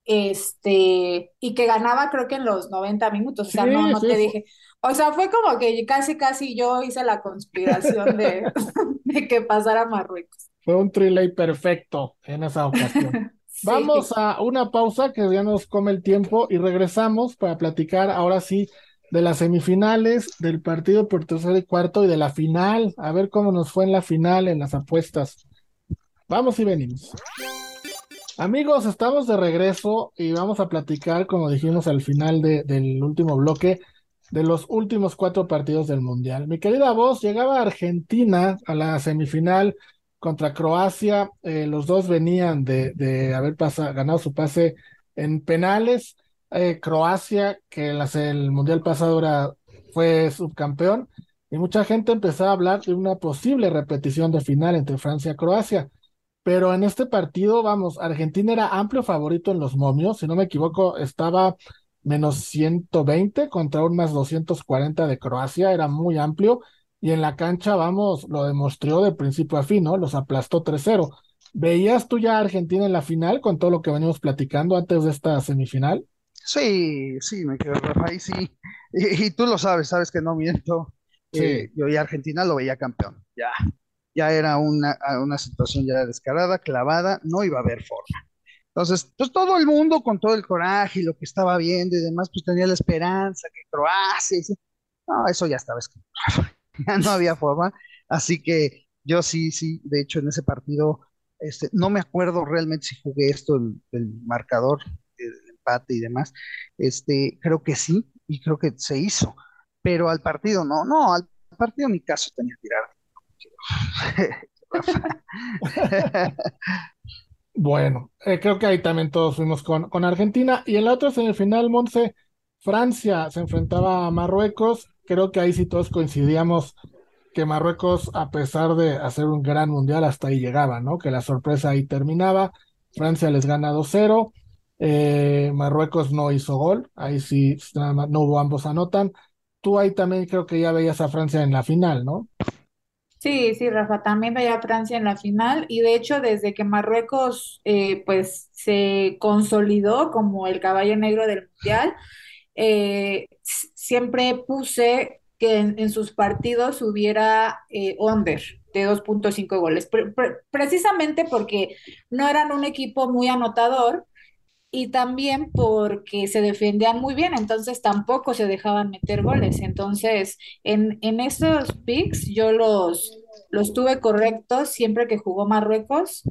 este, y que ganaba creo que en los noventa minutos, o sea, no, Sí, no sí, te fue, dije, o sea, fue como que casi, casi yo hice la conspiración de, de que pasara Marruecos. fue un trilay perfecto en esa ocasión. Vamos Sí. a una pausa que ya nos come el tiempo y regresamos para platicar ahora sí de las semifinales, del partido por tercero y cuarto y de la final. A ver cómo nos fue en la final, en las apuestas. Vamos y venimos. Amigos, estamos de regreso y vamos a platicar, como dijimos al final de- del último bloque, de los últimos cuatro partidos del Mundial. Mi querida voz, llegaba Argentina a la semifinal contra Croacia. Eh, los dos venían de, de haber pasa- ganado su pase en penales. Eh, Croacia, que en las- el Mundial pasado era- fue subcampeón, y mucha gente empezaba a hablar de una posible repetición de final entre Francia y Croacia. Pero en este partido, vamos, Argentina era amplio favorito en los momios, si no me equivoco, estaba menos ciento veinte contra un más doscientos cuarenta de Croacia, era muy amplio, y en la cancha, vamos, lo demostró de principio a fin, ¿no? Los aplastó tres cero. ¿Veías tú ya a Argentina en la final con todo lo que venimos platicando antes de esta semifinal? Sí, sí, me quedo, Rafa, ahí sí. Y, y tú lo sabes, sabes que no miento. Eh, Sí. yo ya Argentina lo veía campeón. Ya, ya era una, una situación ya descarada, clavada, no iba a haber forma. Entonces, pues todo el mundo con todo el coraje y lo que estaba viendo y demás, pues tenía la esperanza que Croacia, y sí. No, eso ya estaba escrito. Ya no había forma. Así que yo sí, sí, de hecho en ese partido, este, no me acuerdo realmente si jugué esto, el, el marcador, el empate y demás. Este, creo que sí, y creo que se hizo. Pero al partido no, no, al partido ni caso tenía que tirar. Rafa. Bueno, eh, creo que ahí también todos fuimos con, con Argentina. Y en la otra semifinal, Monse, Francia se enfrentaba a Marruecos. Creo que ahí sí todos coincidíamos que Marruecos, a pesar de hacer un gran mundial, hasta ahí llegaba, ¿no? Que la sorpresa ahí terminaba. Francia les gana dos cero. Eh, Marruecos no hizo gol. Ahí sí, nada más, no hubo, ambos anotan. Tú ahí también creo que ya veías a Francia en la final, ¿no? Sí, sí, Rafa, también veía a Francia en la final y de hecho desde que Marruecos eh, pues se consolidó como el caballo negro del mundial, eh, s- siempre puse que en, en sus partidos hubiera eh, under de dos punto cinco goles, pre- pre- precisamente porque no eran un equipo muy anotador y también porque se defendían muy bien, entonces tampoco se dejaban meter goles. Entonces, en, en esos picks yo los, los tuve correctos siempre que jugó Marruecos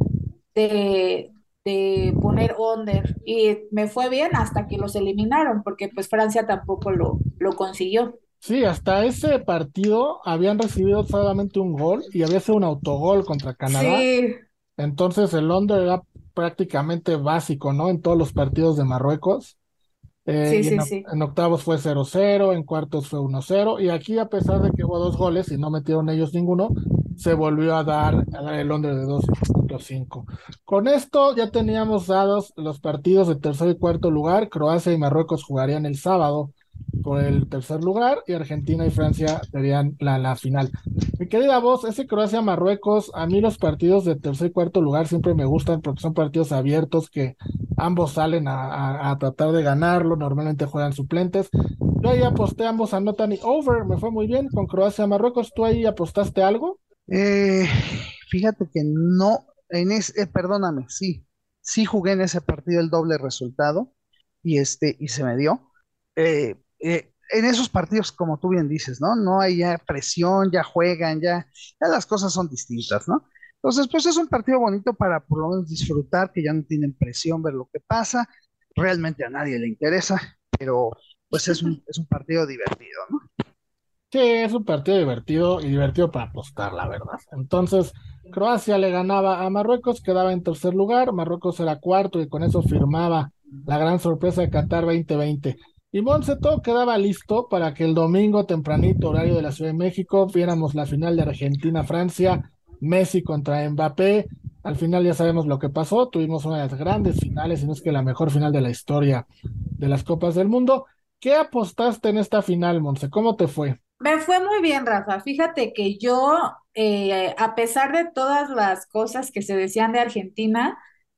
de, de poner under y me fue bien hasta que los eliminaron, porque pues Francia tampoco lo, lo consiguió. Sí, hasta ese partido habían recibido solamente un gol y había sido un autogol contra Canadá. Sí, Entonces el under era prácticamente básico, ¿no? En todos los partidos de Marruecos. Eh, sí, y en, sí, oc- sí. en octavos fue cero cero, en cuartos fue uno cero. Y aquí, a pesar de que hubo dos goles y no metieron ellos ninguno, se volvió a dar el under de dos punto cinco. Con esto ya teníamos dados los partidos de tercer y cuarto lugar. Croacia y Marruecos jugarían el sábado por el tercer lugar y Argentina y Francia serían la, la final. Mi querida voz, ese Croacia-Marruecos, a mí los partidos de tercer y cuarto lugar siempre me gustan porque son partidos abiertos que ambos salen a, a- a tratar de ganarlo, normalmente juegan suplentes. Yo ahí aposté, ambos anotan y over, me fue muy bien con Croacia-Marruecos. ¿Tú ahí apostaste algo? Eh, fíjate que no, en ese, perdóname, sí, sí jugué en ese partido el doble resultado y este, y se me dio. Eh, eh, en esos partidos, como tú bien dices, ¿no? No hay ya presión, ya juegan, ya, ya las cosas son distintas, ¿no? Entonces, pues es un partido bonito para por lo menos disfrutar, que ya no tienen presión, ver lo que pasa. Realmente a nadie le interesa, pero pues es un, es un partido divertido, ¿no? Sí, es un partido divertido y divertido para apostar, la verdad. Entonces, Croacia le ganaba a Marruecos, quedaba en tercer lugar, Marruecos era cuarto y con eso firmaba la gran sorpresa de Qatar dos mil veinte. Y Monse, todo quedaba listo para que el domingo tempranito, horario de la Ciudad de México, viéramos la final de Argentina-Francia, Messi contra Mbappé. Al final ya sabemos lo que pasó, tuvimos una de las grandes finales, si no es que la mejor final de la historia de las Copas del Mundo. ¿Qué apostaste en esta final, Monse? ¿Cómo te fue? Me fue muy bien, Rafa. Fíjate que yo, eh, a pesar de todas las cosas que se decían de Argentina,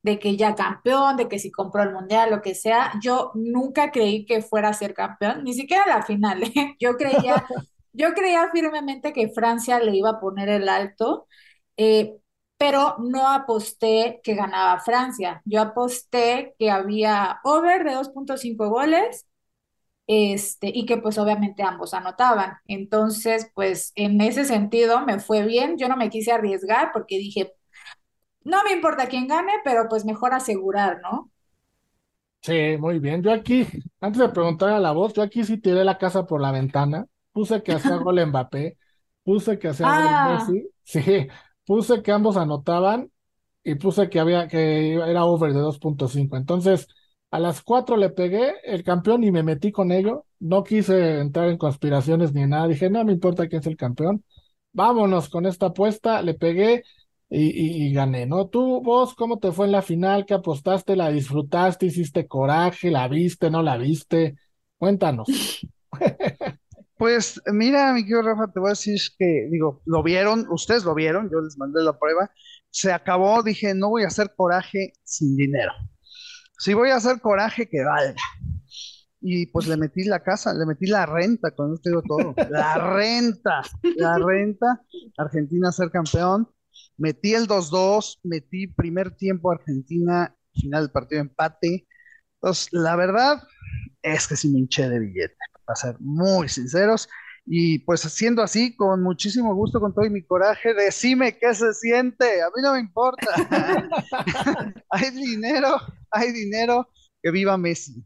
de que ya campeón, de que si compró el mundial, lo que sea. Yo nunca creí que fuera a ser campeón, ni siquiera la final, ¿eh? Yo creía, yo creía firmemente que Francia le iba a poner el alto, eh, pero no aposté que ganaba Francia. Yo aposté que había over de dos punto cinco goles, este, y que pues obviamente ambos anotaban. Entonces, pues en ese sentido me fue bien. Yo no me quise arriesgar porque dije, no me importa quién gane, pero pues mejor asegurar, ¿no? Sí, muy bien. Yo aquí, antes de preguntar a la voz, yo aquí sí tiré la casa por la ventana. Puse que hacía gol Mbappé, puse que hacía gol Ah, Messi, sí, puse que ambos anotaban y puse que había que era over de dos punto cinco. Entonces, a las cuatro le pegué el campeón y me metí con ello. No quise entrar en conspiraciones ni nada. Dije, no me importa quién es el campeón. Vámonos con esta apuesta. Le pegué y, y- y gané, ¿no? Tú, vos, ¿cómo te fue en la final? ¿Qué apostaste? ¿La disfrutaste? ¿Hiciste coraje? ¿La viste? ¿No la viste? Cuéntanos. Pues mira, mi querido Rafa, te voy a decir que, digo, lo vieron, ustedes lo vieron, yo les mandé la prueba, se acabó, dije, no voy a hacer coraje sin dinero. Si voy a hacer coraje, que valga. Y pues le metí la casa, le metí la renta, con esto digo todo. La renta, la renta, Argentina a ser campeón. Metí el dos dos, metí primer tiempo Argentina, final del partido empate. Entonces, la verdad es que sí me hinché de billete, para ser muy sinceros. Y pues siendo así, con muchísimo gusto, con todo y mi coraje, decime qué se siente, a mí no me importa. Hay dinero, hay dinero, que viva Messi.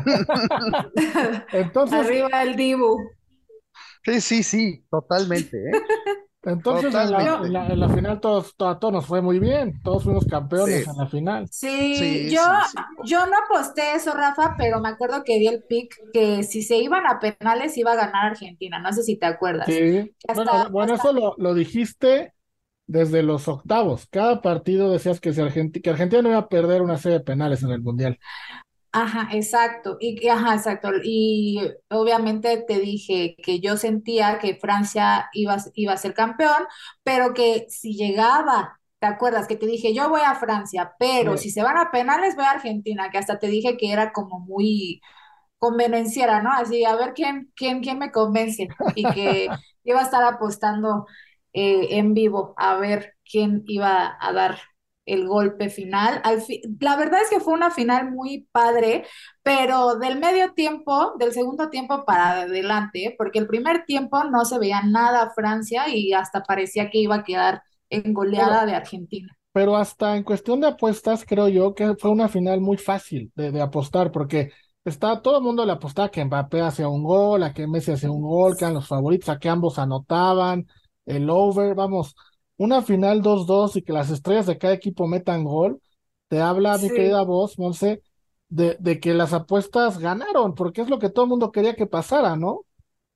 Entonces, arriba el Dibu. Sí, sí, sí, totalmente, ¿eh? entonces en la, Yo, en Totalmente. la, en la final todos, to- a todos nos fue muy bien. Todos fuimos campeones Sí, en la final. sí, sí, yo, sí, sí. yo no aposté eso, Rafa, pero me acuerdo que di el pick que si se iban a penales iba a ganar Argentina. No sé si te acuerdas. Sí, Que bueno, hasta, bueno, hasta, eso lo, lo dijiste desde los octavos. Cada partido decías que, si Argenti- que Argentina no iba a perder una serie de penales en el Mundial. ajá, exacto. Y, que- ajá, exacto. Y obviamente te dije que yo sentía que Francia iba, a- iba a ser campeón, pero que si llegaba, ¿te acuerdas? Que te dije, yo voy a Francia, pero Sí, si se van a penales, voy a Argentina, que hasta te dije que era como muy convenenciera, ¿no? Así, a ver quién, quién, quién me convence y que iba a estar apostando eh, en vivo a ver quién iba a dar el golpe final. Al fi- la verdad es que fue una final muy padre, pero del medio tiempo, del segundo tiempo para adelante, porque el primer tiempo no se veía nada a Francia y hasta parecía que iba a quedar en goleada pero, de Argentina. pero hasta en cuestión de apuestas, creo yo que fue una final muy fácil de, de apostar, porque está, todo el mundo le apostaba que Mbappé hacía un gol, a que Messi hacía un gol, que eran los favoritos, a que ambos anotaban, el over, vamos, una final dos dos y que las estrellas de cada equipo metan gol, te habla, mi querida Sí. voz, Monse, de, de que las apuestas ganaron, porque es lo que todo el mundo quería que pasara, ¿no?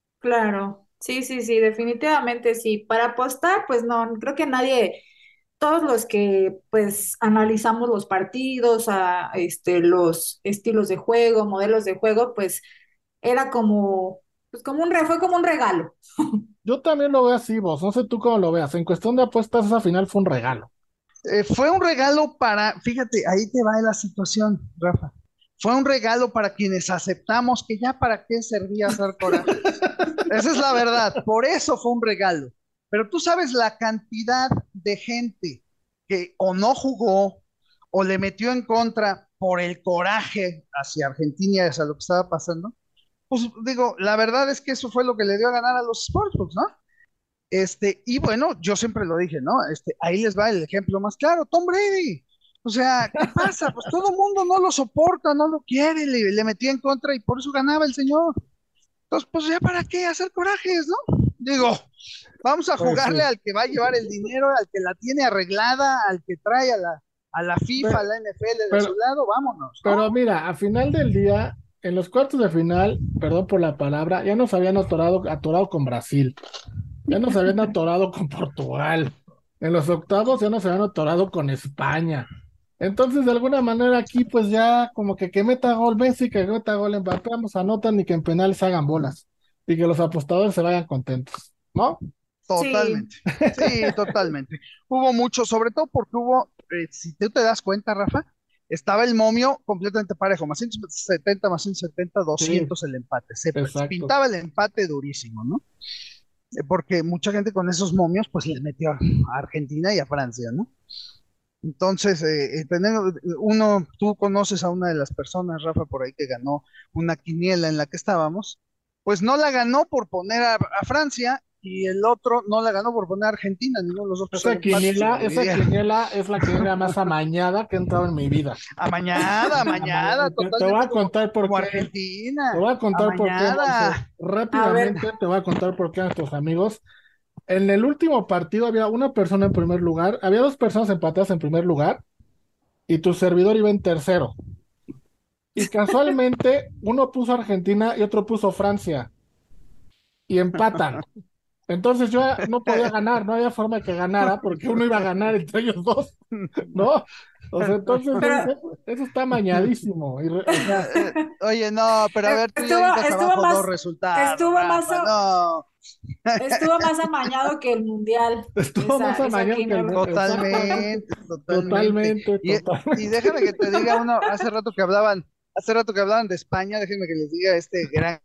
Claro, sí, sí, sí, definitivamente sí. Para apostar, pues no, creo que nadie, todos los que pues analizamos los partidos, a, este, los estilos de juego, modelos de juego, pues era como, pues como un re, fue como un regalo. Yo también lo veo así, vos, no sé tú cómo lo veas, en cuestión de apuestas esa final fue un regalo. Eh, fue un regalo para, fíjate, ahí te va la situación, Rafa. Fue un regalo para quienes aceptamos que ya para qué servía hacer corajes. Esa es la verdad, por eso fue un regalo. Pero tú sabes la cantidad de gente que o no jugó o le metió en contra por el coraje hacia Argentina y hacia lo que estaba pasando. Pues digo, la verdad es que eso fue lo que le dio a ganar a los Sportsbooks, ¿no? Este, y bueno, yo siempre lo dije, ¿no? Este, ahí les va el ejemplo más claro, Tom Brady. O sea, ¿qué pasa? Pues todo el mundo no lo soporta, no lo quiere, le, le metía en contra y por eso ganaba el señor. Entonces, pues ya para qué hacer corajes, ¿no? Digo, vamos a Pues jugarle sí. al que va a llevar el dinero, al que la tiene arreglada, al que trae a la, a la FIFA, a Pe- la N F L de su Pero, lado, vámonos, ¿no? pero mira, a final del día, en los cuartos de final, perdón por la palabra, ya nos habían atorado, atorado con Brasil, ya nos habían atorado con Portugal, en los octavos ya nos habían atorado con España. Entonces, de alguna manera aquí, pues ya como que que meta gol Messi, que meta gol Mbappé, vamos, anotan y que en penales se hagan bolas y que los apostadores se vayan contentos, ¿no? Sí, Totalmente. Sí, totalmente. Hubo mucho, sobre todo porque hubo, eh, si tú te das cuenta, Rafa, estaba el momio completamente parejo, más ciento setenta, más ciento setenta, Sí, doscientos el empate. Se exacto. pintaba el empate durísimo, ¿no? Eh, Porque mucha gente con esos momios, pues les metió a Argentina y a Francia, ¿no? Entonces, eh, eh, tener, uno, tú conoces a una de las personas, Rafa, por ahí que ganó una quiniela en la que estábamos, pues no la ganó por poner a, a Francia y el otro no la ganó por poner a Argentina, ninguno de los dos puso el Esa empate, se quiniela, lo esa dividieron. quiniela es la quiniela más amañada que he entrado en mi vida. Amañada, amañada, Amañada. Te, te voy totalmente a como, contar por como qué. Te Argentina, voy a contar por qué, Monse. amañada. A ver, Rápidamente te voy a contar por qué a nuestros amigos. En el último partido había una persona en primer lugar, había dos personas empatadas en primer lugar y tu servidor iba en tercero. Y casualmente uno puso Argentina y otro puso Francia y empatan. Entonces yo no podía ganar, no había forma de que ganara porque uno iba a ganar entre ellos dos, ¿no? O sea, entonces yo pero dije, eso está mañadísimo. Y re- o sea, Eh, Oye, no, pero a ver, tú ya estuvo, dices estuvo abajo dos más, resultados, estuvo más, Rafa, no. estuvo más amañado que el mundial, estuvo más esa, esa amañado que el quiniela. mundo. Exactamente, Totalmente, totalmente. totalmente, Y, y totalmente. déjame que te diga uno, hace rato que hablaban, hace rato que hablaban de España, déjenme que les diga este gran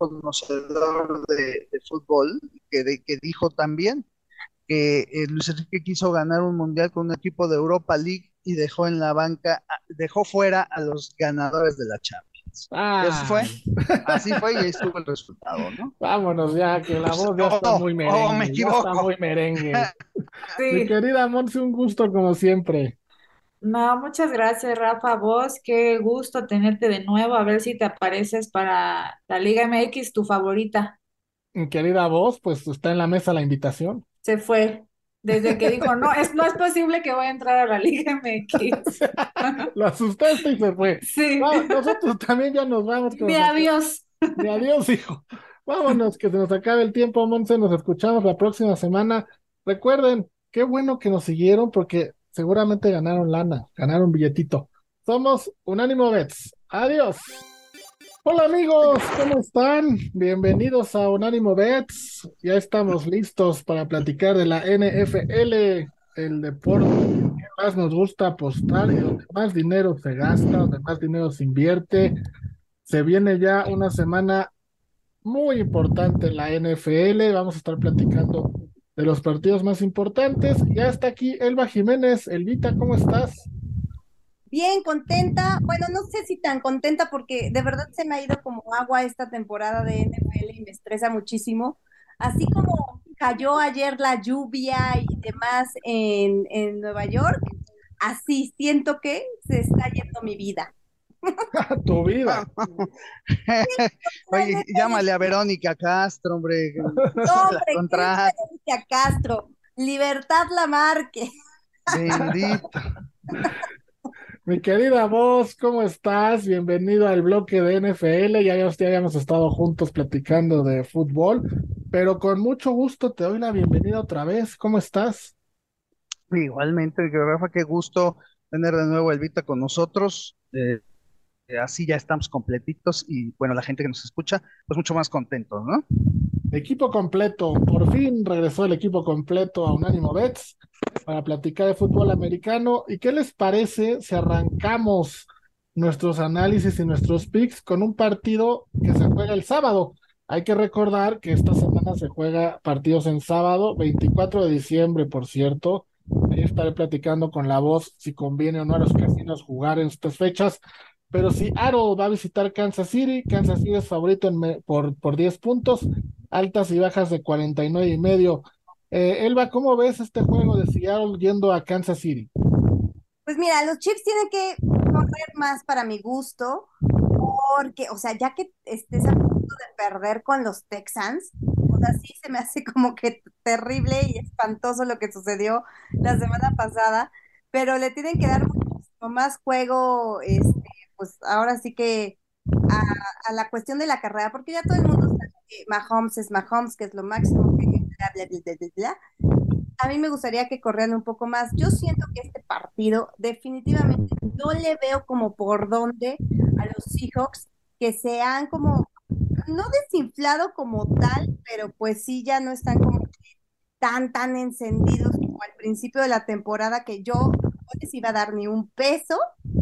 conocedor de, de fútbol, que, de- que dijo también que eh, Luis Enrique quiso ganar un mundial con un equipo de Europa League y dejó en la banca, a- dejó fuera a los ganadores de la Champions. Y así fue, Ay, así fue y ahí estuvo el resultado, ¿no? vámonos ya, que la Pues, voz ya está oh, muy oh, me merengue, ya está equivoco. muy merengue. Mi Sí, querida Monse, un gusto como siempre. no, muchas gracias, Rafa. Vos, qué gusto tenerte de nuevo. A ver si te apareces para la Liga M X, tu favorita. Mi querida voz, pues está en la mesa la invitación. Se fue. Desde que dijo, no, es, no es posible que vaya a entrar a la Liga M X. Lo asustaste y se fue. Sí, Va, nosotros también ya nos vamos, que de nos ac- adiós. de adiós, hijo. Vámonos, que se nos acabe el tiempo, Monse. Nos escuchamos la próxima semana. Recuerden, qué bueno que nos siguieron porque seguramente ganaron lana, ganaron billetito. Somos Unánimo Bets. Adiós. Hola amigos, ¿cómo están? Bienvenidos a Unánimo Bets. Ya estamos listos para platicar de la N F L, el deporte que más nos gusta apostar y donde más dinero se gasta, donde más dinero se invierte. Se viene ya una semana muy importante en la N F L. Vamos a estar platicando de los partidos más importantes. Ya está aquí Elba Jiménez. Elvita, ¿cómo estás? Bien, contenta. Bueno, no sé si tan contenta porque de verdad se me ha ido como agua esta temporada de N F L y me estresa muchísimo. Así como cayó ayer la lluvia y demás en, en Nueva York, así siento que se está yendo mi vida. Tu vida. Oye, llámale a Verónica Castro, hombre, que No, la hombre, ¿qué es contrata, Verónica Castro? Libertad Lamarque. bendito. Mi querida voz, ¿cómo estás? Bienvenido al bloque de N F L. Ya habíamos, ya habíamos estado juntos platicando de fútbol, pero con mucho gusto te doy la bienvenida otra vez. ¿Cómo estás? Igualmente, que Rafa, qué gusto tener de nuevo a Elvita con nosotros. Eh, eh, así ya estamos completitos y bueno, la gente que nos escucha, pues mucho más contentos, ¿no? Equipo completo. Por fin regresó el equipo completo a Unánimo Bets para platicar de fútbol americano. ¿Y qué les parece si arrancamos nuestros análisis y nuestros picks con un partido que se juega el sábado? Hay que recordar que esta semana se juega partidos en sábado, veinticuatro de diciembre, por cierto. Ahí estaré platicando con la voz si conviene o no a los casinos jugar en estas fechas. Pero si Aro va a visitar Kansas City, Kansas City es favorito en me- por, por diez puntos, altas y bajas de cuarenta y nueve y medio. Eh, Elba, ¿cómo ves este juego de Seattle yendo a Kansas City? Pues mira, los Chiefs tienen que correr más para mi gusto, porque, o sea, ya que estés a punto de perder con los Texans, o sea, sí se me hace como que terrible y espantoso lo que sucedió la semana pasada, pero le tienen que dar muchísimo más juego, este, pues ahora sí que a, a la cuestión de la carrera, porque ya todo el mundo sabe que Mahomes es Mahomes, que es lo máximo, que bla, bla, bla, bla, bla, bla. A mí me gustaría que corrieran un poco más. Yo siento que este partido definitivamente no le veo como por dónde a los Seahawks que se han como, no desinflado como tal, pero pues sí ya no están como tan, tan encendidos como al principio de la temporada que yo no les iba a dar ni un peso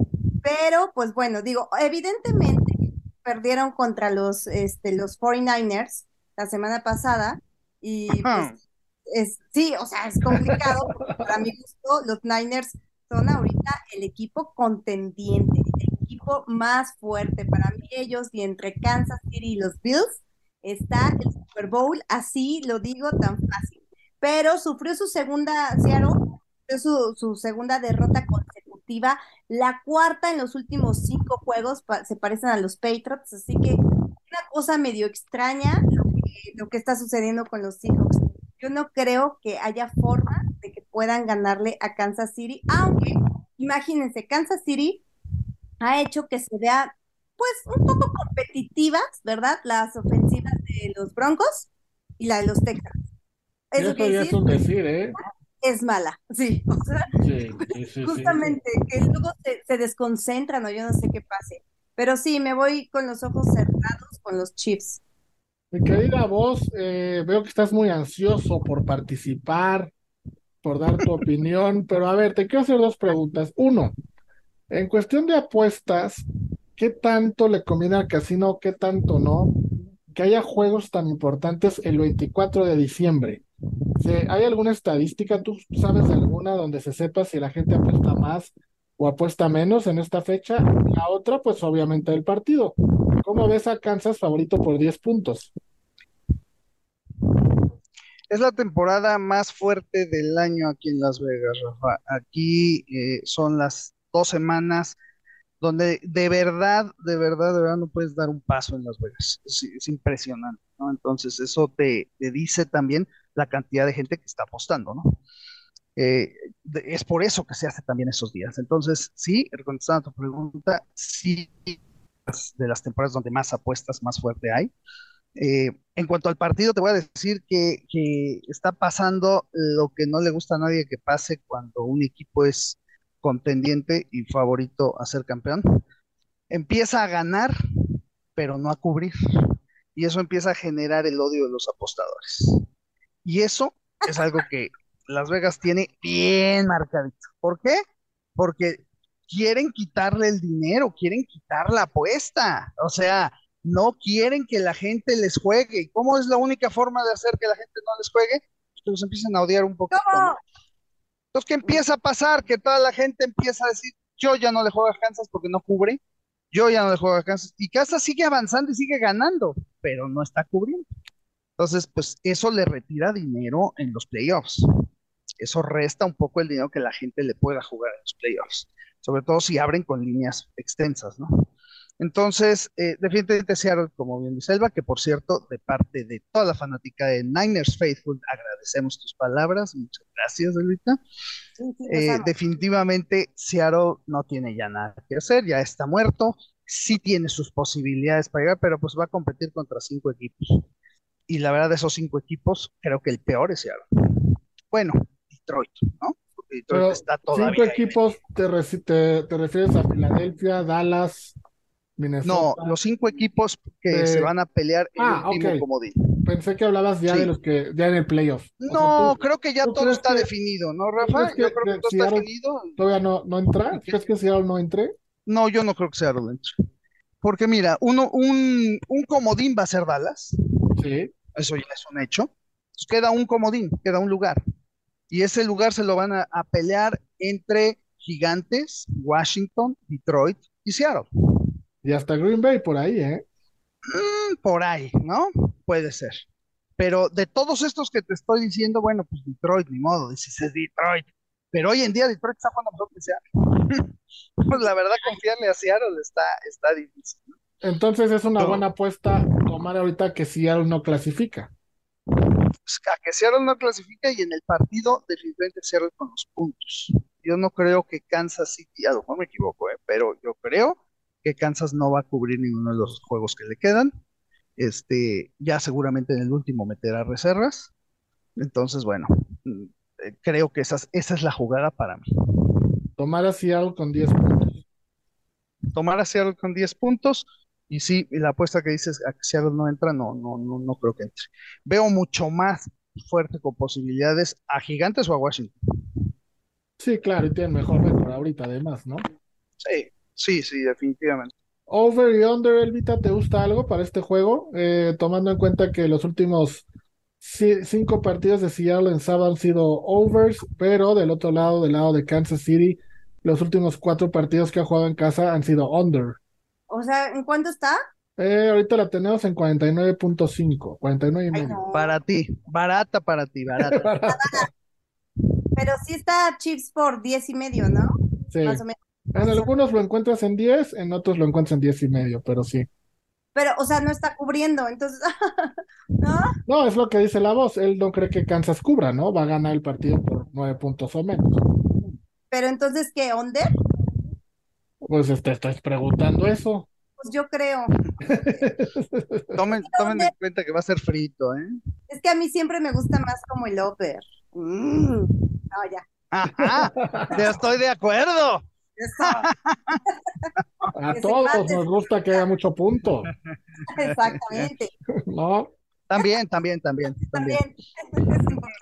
Pero, pues bueno, digo, evidentemente perdieron contra los, este, los cuarenta y nueve ers la semana pasada y pues Ajá. es, sí, o sea, es complicado porque para mi gusto los Niners son ahorita el equipo contendiente, el equipo más fuerte. Para mí ellos y entre Kansas City y los Bills está el Super Bowl, así lo digo tan fácil. Pero sufrió su segunda, Seattle, sufrió su, su segunda derrota consecutiva, la cuarta en los últimos cinco juegos, pa- se parecen a los Patriots, así que una cosa medio extraña lo que, lo que está sucediendo con los Seahawks. Yo no creo que haya forma de que puedan ganarle a Kansas City, aunque imagínense, Kansas City ha hecho que se vea pues un poco competitivas, ¿verdad? Las ofensivas de los Broncos y la de los Texans. Y Eso eso quiere ya es decir, un decir, ¿eh? es mala, sí. O sea, Sí, sí, sí, sí. justamente, que luego se, se desconcentran o yo no sé qué pase. Pero sí, me voy con los ojos cerrados con los Chiefs. Mi querida voz, eh, veo que estás muy ansioso por participar, por dar tu opinión, pero a ver, te quiero hacer dos preguntas. Uno, en cuestión de apuestas, ¿qué tanto le conviene al casino, qué tanto no? Que haya juegos tan importantes el veinticuatro de diciembre. ¿Se- ¿Hay alguna estadística, tú sabes de alguna donde se sepa si la gente apuesta más o apuesta menos en esta fecha? La otra, pues obviamente el partido. ¿Cómo ves a Kansas favorito por diez puntos? Es la temporada más fuerte del año aquí en Las Vegas, Rafa. Aquí eh, son las dos semanas donde de verdad, de verdad, de verdad no puedes dar un paso en Las Vegas. Es, es impresionante, ¿no? Entonces eso te, te dice también la cantidad de gente que está apostando, ¿no? Eh, de- es por eso que se hace también esos días. Entonces, sí, contestando a tu pregunta, sí, es de las temporadas donde más apuestas, más fuerte hay. Eh, en cuanto al partido, te voy a decir que, que está pasando lo que no le gusta a nadie que pase cuando un equipo es contendiente y favorito a ser campeón. Empieza a ganar, pero no a cubrir. Y eso empieza a generar el odio de los apostadores. Y eso es algo que Las Vegas tiene bien marcadito. ¿Por qué? Porque quieren quitarle el dinero, quieren quitar la apuesta. O sea, no quieren que la gente les juegue. ¿Y cómo es la única forma de hacer que la gente no les juegue? Que los empiecen a odiar un poquito, ¿no? ¿Cómo? Entonces, ¿qué empieza a pasar? Que toda la gente empieza a decir, yo ya no le juego a Kansas porque no cubre, yo ya no le juego a Kansas. Y Kansas sigue avanzando y sigue ganando, pero no está cubriendo. Entonces, pues eso le retira dinero en los playoffs. Eso resta un poco el dinero que la gente le pueda jugar en los playoffs, sobre todo si abren con líneas extensas, ¿no? Entonces, eh, definitivamente Seattle, como bien dice Elba, que por cierto, de parte de toda la fanática de Niners Faithful, agradecemos tus palabras, muchas gracias, Elvita. Sí, sí, los Eh, amo. definitivamente Seattle no tiene ya nada que hacer, ya está muerto, sí tiene sus posibilidades para llegar, pero pues va a competir contra cinco equipos. Y la verdad, de esos cinco equipos, creo que el peor es Seattle. Bueno, Detroit, ¿no? Porque Detroit Pero está cinco todavía ahí equipos, metido. te, reci- te, te refieres a Filadelfia, Dallas, No, Minnesota. los cinco equipos que se eh, van a pelear el ah, ok. último comodín. Pensé que hablabas ya de Sí. los que ya en el playoff. O sea, No, ¿tú, creo que ya tú todo crees está que, definido, ¿no, tú Rafa? crees Yo que, creo que que todo está Seattle definido. todavía no, no entra? ¿Y qué? ¿Crees que Seattle no entre? No, yo no creo que sea entre. Porque mira, uno, un, un comodín va a ser Dallas, Sí. eso ya es un hecho. Pues queda un comodín, queda un lugar. Y ese lugar se lo van a, a pelear entre Gigantes, Washington, Detroit y Seattle. Y hasta Green Bay por ahí, ¿eh? Mm, por ahí, ¿no? Puede ser. Pero de todos estos que te estoy diciendo, bueno, pues Detroit, ni modo, dices es Detroit. Pero hoy en día Detroit está jugando mejor que Seattle. Pues la verdad, confiarle a Seattle está, está difícil, ¿no? Entonces es una buena Yo, apuesta tomar ahorita que Seattle no clasifica. pues, a que Seattle no clasifica y en el partido definitivamente Seattle con los puntos. Yo no creo que Kansas City, a lo mejor me equivoco, ¿eh? Pero yo creo que Kansas no va a cubrir ninguno de los juegos que le quedan. Este, ya seguramente en el último meterá reservas. Entonces, bueno, mm, eh, creo que esa es, esa es la jugada para mí. Tomar a Seattle con diez puntos. Tomar a Seattle con diez puntos y sí, y la apuesta que dices a que Seattle no entra, no, no, no, no creo que entre. Veo mucho más fuerte con posibilidades a Gigantes o a Washington. Sí, claro, y tienen mejor récord ahorita además, ¿no? Sí, Sí, sí, definitivamente. Over y under, Elvita, ¿te gusta algo para este juego? Eh, tomando en cuenta que los últimos ci- cinco partidos de Seattle en sábado han sido overs, pero del otro lado, del lado de Kansas City, los últimos cuatro partidos que ha jugado en casa han sido under. O sea, ¿en cuánto está? Eh, ahorita la tenemos en cuarenta y nueve punto cinco, cuarenta y nueve y Ay, medio. no. Para ti, barata para ti, barata. Pero sí está Chiefs por diez y medio, ¿no? Sí. Más o menos. En algunos lo encuentras en diez, en otros lo encuentras en diez y medio, pero sí. Pero, o sea, no está cubriendo, entonces, ¿no? No, es lo que dice la voz. Él no cree que Kansas cubra, ¿no? Va a ganar el partido por nueve puntos o menos. Pero entonces, ¿qué? ¿Under? Pues te estoy preguntando eso. Pues yo creo. Tomen, tomen Under, en cuenta que va a ser frito, ¿eh? es que a mí siempre me gusta más como el over. Mm. No, ya. Ajá, yo estoy de acuerdo. Eso. A Que se todos mate. nos gusta que haya mucho punto, Exactamente. ¿no? También, también, también, también. También. Es importante.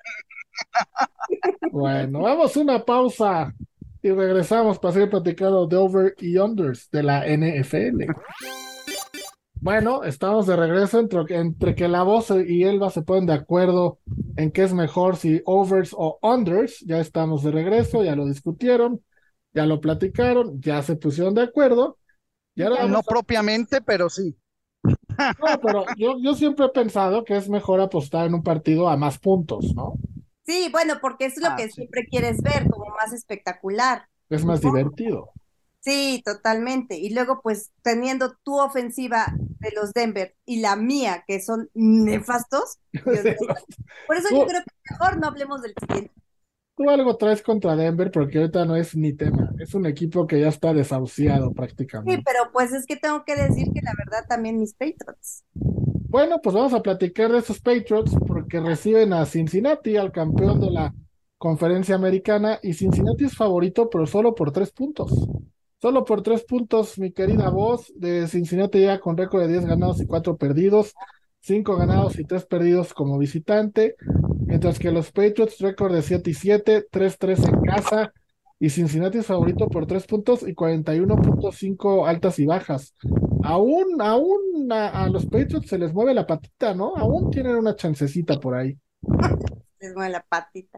Bueno, vamos a una pausa y regresamos para seguir platicando de over y unders de la N F L. Bueno, estamos de regreso entre, entre que la voz y Elba se ponen de acuerdo en qué es mejor, si overs o unders. Ya estamos de regreso, ya lo discutieron, ya lo platicaron, ya se pusieron de acuerdo. Y ahora No vamos a... propiamente, pero sí. No, pero yo, yo siempre he pensado que es mejor apostar en un partido a más puntos, ¿no? Sí, bueno, porque es lo Ah, que sí. siempre quieres ver, como más espectacular. Es más divertido. Sí, totalmente. Y luego, pues, teniendo tu ofensiva de los Denver y la mía, que son nefastos, Dios mío. Por eso yo Tú, creo que mejor no hablemos del siguiente. tú algo traes contra Denver porque ahorita no es ni tema. Es un equipo que ya está desahuciado Sí, prácticamente. pero pues es que tengo que decir que la verdad también mis Patriots. Bueno, pues vamos a platicar de esos Patriots porque reciben a Cincinnati, al campeón de la conferencia americana, y Cincinnati es favorito, pero solo por tres puntos. Solo por tres puntos, mi querida voz, de Cincinnati llega con récord de diez ganados y cuatro perdidos, cinco ganados y tres perdidos como visitante, mientras que los Patriots récord de siete y siete, tres tres en casa, y Cincinnati es favorito por tres puntos y cuarenta y uno punto cinco altas y bajas. Aún, aún a, a los Patriots se les mueve la patita, ¿no? Aún tienen una chancecita por ahí. Les mueve la patita.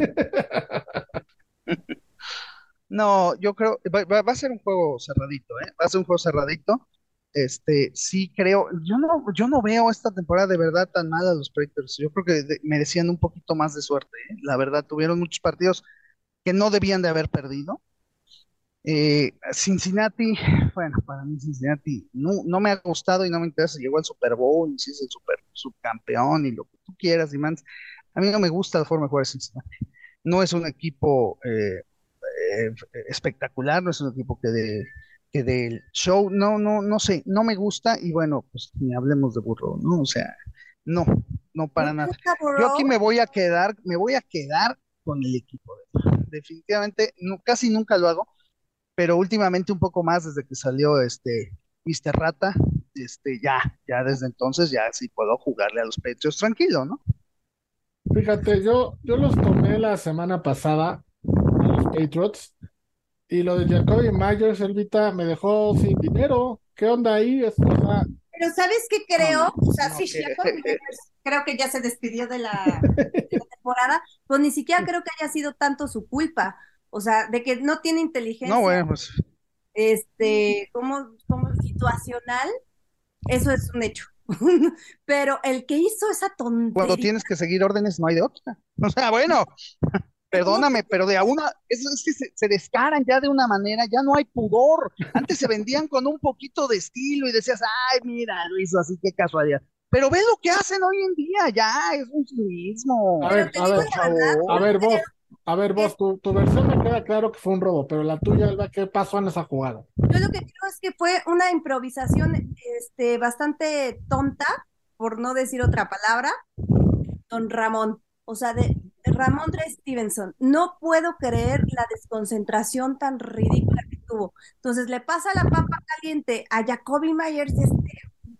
No, yo creo, va, va- va a ser un juego cerradito, ¿eh? Va a ser un juego cerradito. Este, sí creo, yo no, yo no veo esta temporada de verdad tan mal a los Patriots. Yo creo que de- merecían un poquito más de suerte, ¿eh? La verdad, tuvieron muchos partidos que no debían de haber perdido. Eh, Cincinnati, bueno, para mí Cincinnati no, no me ha gustado y no me interesa. Llegó al Super Bowl, y sí es el super subcampeón y lo que tú quieras y más. A mí no me gusta la forma de jugar de Cincinnati. No es un equipo eh, eh, espectacular, no es un equipo que de que del show, no, no, no sé, no me gusta y bueno, pues ni hablemos de burro, ¿no? O sea, no, no ¿No para te nada. gusta Yo aquí Burrow? me voy a quedar, me voy a quedar con el equipo. Definitivamente, no, casi nunca lo hago, pero últimamente un poco más desde que salió este míster Rata, este, ya, ya desde entonces ya sí puedo jugarle a los Patriots tranquilo, ¿no? Fíjate, yo, yo los tomé la semana pasada a los Patriots y lo de Jacoby Myers, Elvita, me dejó sin dinero. ¿Qué onda ahí? Es- o sea, Pero ¿sabes qué No, creo? no, O sea, no, sí, que, Jacob eh, eh, Myers creo que ya se despidió de la, de la temporada, pues ni siquiera creo que haya sido tanto su culpa. O sea, de que no tiene no, inteligencia, bueno, pues este, como, como situacional, eso es un hecho. Pero el que hizo esa cuando tontería, tienes que seguir órdenes no hay de otra. O sea, bueno, no, perdóname, pero de a una, es, es que se, se descaran ya de una manera, ya no hay pudor. Antes se vendían con un poquito de estilo y decías, ay, mira, lo hizo así, qué casualidad. Pero ve lo que hacen hoy en día, ya, es un a cinismo, pero ver, te a digo ver, por la verdad, a favor. ver, yo creo vos, a ver, que vos, tu, tu versión me queda claro que fue un robo, pero la tuya, Elba, ¿qué pasó en esa jugada? Yo lo que creo es que fue una improvisación este, bastante tonta, por no decir otra palabra, don Ramón. O sea, de Ramondre Stevenson. No puedo creer la desconcentración tan ridícula que tuvo. Entonces le pasa la papa caliente a Jacoby Myers, este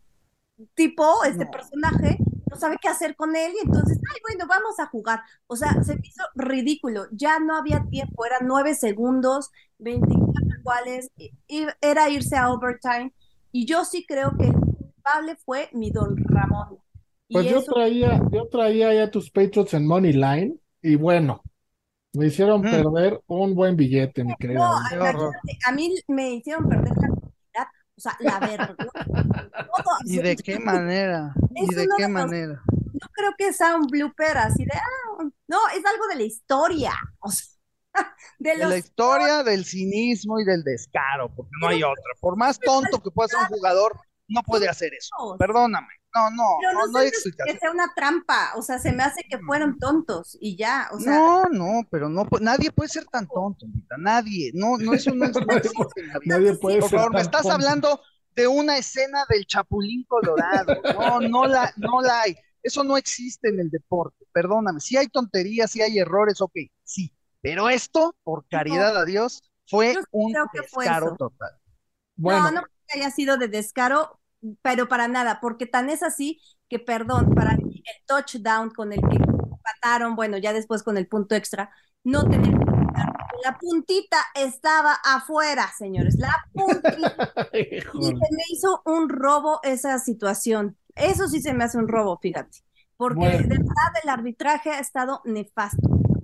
tipo, este No, personaje, no sabe qué hacer con él y entonces, ay, bueno, vamos a jugar. O sea, se me hizo ridículo. Ya no había tiempo, eran nueve segundos, veinticuatro cuales i- i- era irse a overtime, y yo sí creo que el culpable fue mi don Ramón. Pues Y yo eso, traía, yo traía ya tus Patriots en Money Line y bueno, me hicieron Mm, perder un buen billete, mi no, querida voz. qué horror. imagínate, a mí me hicieron perder la dignidad, o sea, la vergüenza, todo, ¿Y de qué manera? ¿Y es de uno qué de los, manera? no creo que sea un blooper así de, ah, no, es algo de la historia, o sea, de De la los historia del cinismo y del descaro, porque no pero hay otra. Por más tonto que pueda ser un jugador, no puede hacer eso. tontos. Perdóname. No, no, Pero no no, no se hay me hace que explicación. sea una trampa, o sea, se me hace que fueron tontos y ya, o sea, No, no, pero no, pu- nadie puede ser tan tonto, Anita, nadie. No, no, eso no, no Nadie, existe en la vida. nadie puede Por ser favor, me tan estás tonto. hablando de una escena del Chapulín Colorado. No, no la, no la hay. Eso no existe en el deporte. Perdóname. Si hay tonterías, si hay errores, ok, sí. Pero esto, por no, caridad a Dios, fue yo sí un creo que fue descaro eso. total. No, Bueno, no creo que haya sido de descaro, pero para nada, porque tan es así que, perdón, para mí el touchdown con el que empataron, bueno, ya después con el punto extra, no tenía que contar, porque la puntita estaba afuera, señores, la puntita, y híjole. se me hizo un robo esa situación. Eso sí se me hace un robo, fíjate, porque de Bueno, verdad el arbitraje ha estado nefasto.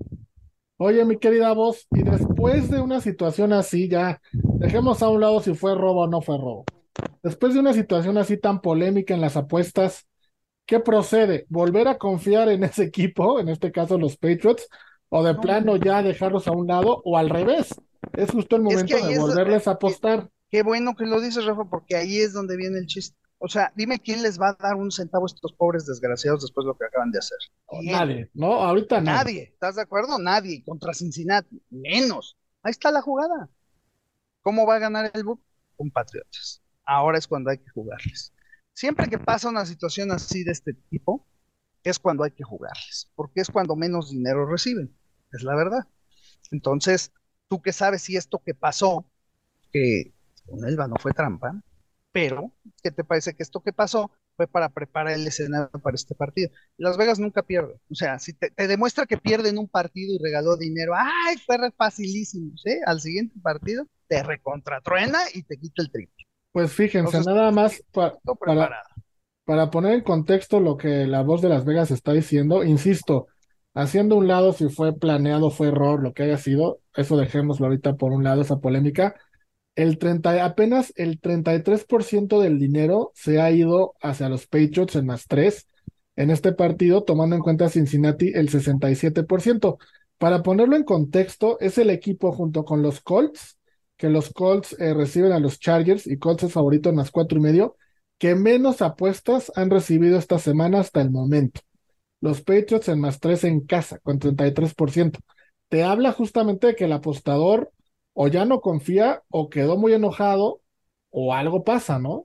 oye, mi querida voz, y después de una situación así, ya dejemos a un lado si fue robo o no fue robo. Después de una situación así tan polémica en las apuestas, ¿qué procede? ¿Volver a confiar en ese equipo, en este caso los Patriots, o de No, plano ya dejarlos a un lado, o al revés? Es justo el es que momento de ahí es, volverles a eh, apostar. qué bueno que lo dices, Rafa, porque ahí es donde viene el chiste. O sea, dime quién les va a dar un centavo a estos pobres desgraciados después de lo que acaban de hacer. ¿Quién? Nadie, ¿no? Ahorita nadie. Nadie. ¿Estás de acuerdo? Nadie. Contra Cincinnati, menos. Ahí está la jugada. ¿Cómo va a ganar el Buc? Con Patriotas. Ahora es cuando hay que jugarles. Siempre que pasa una situación así de este tipo, es cuando hay que jugarles, porque es cuando menos dinero reciben. Es la verdad. Entonces, tú qué sabes si esto que pasó, que con Elba no fue trampa, pero ¿qué te parece que esto que pasó fue para preparar el escenario para este partido? Las Vegas nunca pierde. O sea, si te, te demuestra que pierden un partido y regaló dinero, ¡ay, fue re facilísimo! ¿Sí? Al siguiente partido te recontratruena y te quita el triple. Pues fíjense, Entonces, nada más pa- todo para, preparado. para poner en contexto lo que la voz de Las Vegas está diciendo, insisto, haciendo un lado si fue planeado, fue error, lo que haya sido, eso dejémoslo ahorita por un lado, esa polémica. El treinta, apenas el treinta y tres por ciento del dinero se ha ido hacia los Patriots en más tres en este partido, tomando en cuenta Cincinnati el sesenta y siete por ciento. Para ponerlo en contexto, es el equipo junto con los Colts, que los Colts eh, reciben a los Chargers y Colts es favorito en más cuatro y medio, que menos apuestas han recibido esta semana hasta el momento. Los Patriots en más tres en casa, con treinta y tres por ciento. Te habla justamente de que el apostador o ya no confía o quedó muy enojado o algo pasa, ¿no?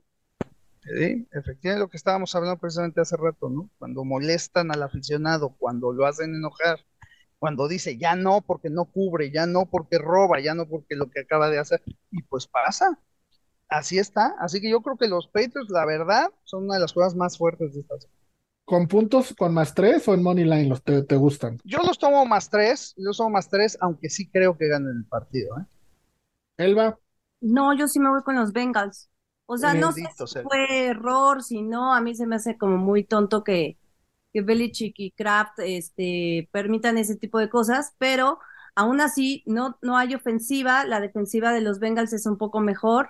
Sí, efectivamente lo que estábamos hablando precisamente hace rato, ¿no? Cuando molestan al aficionado, cuando lo hacen enojar, cuando dice ya no porque no cubre, ya no porque roba, ya no porque lo que acaba de hacer, y pues pasa, así está. Así que yo creo que los Patriots, la verdad, son una de las cosas más fuertes de esta semana. ¿Con puntos con más tres o en Money Line los te, te gustan? Yo los tomo más tres, yo los tomo más tres, aunque sí creo que ganen el partido, ¿eh? Elba, No, yo sí me voy con los Bengals. O sea, no sé si Bendito sea Dios. fue error, si no, a mí se me hace como muy tonto que, que Belichick y Kraft este, permitan ese tipo de cosas, pero aún así no, no hay ofensiva, la defensiva de los Bengals es un poco mejor,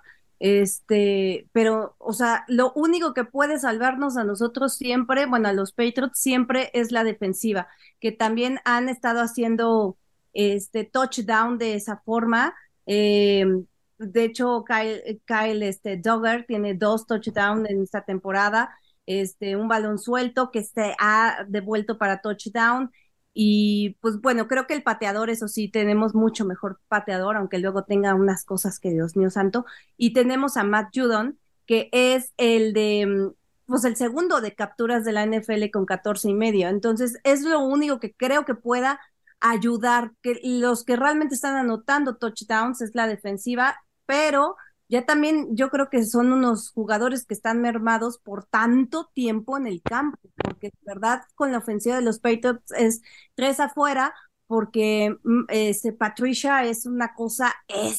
este, pero, o sea, lo único que puede salvarnos a nosotros siempre, bueno, a los Patriots siempre es la defensiva, que también han estado haciendo este touchdown de esa forma. Eh, de hecho, Kyle, Kyle este, Duggar tiene dos touchdowns en esta temporada, este, un balón suelto que se ha devuelto para touchdown. Y pues bueno, creo que el pateador, eso sí, tenemos mucho mejor pateador, aunque luego tenga unas cosas que Dios mío santo. Y tenemos a Matt Judon, que es el de, pues el segundo de capturas de la N F L con catorce y medio. Entonces, es lo único que creo que pueda ayudar, que los que realmente están anotando touchdowns es la defensiva, pero ya también yo creo que son unos jugadores que están mermados por tanto tiempo en el campo, porque de verdad con la ofensiva de los Patriots es tres afuera, porque mm, este, Patricia es una cosa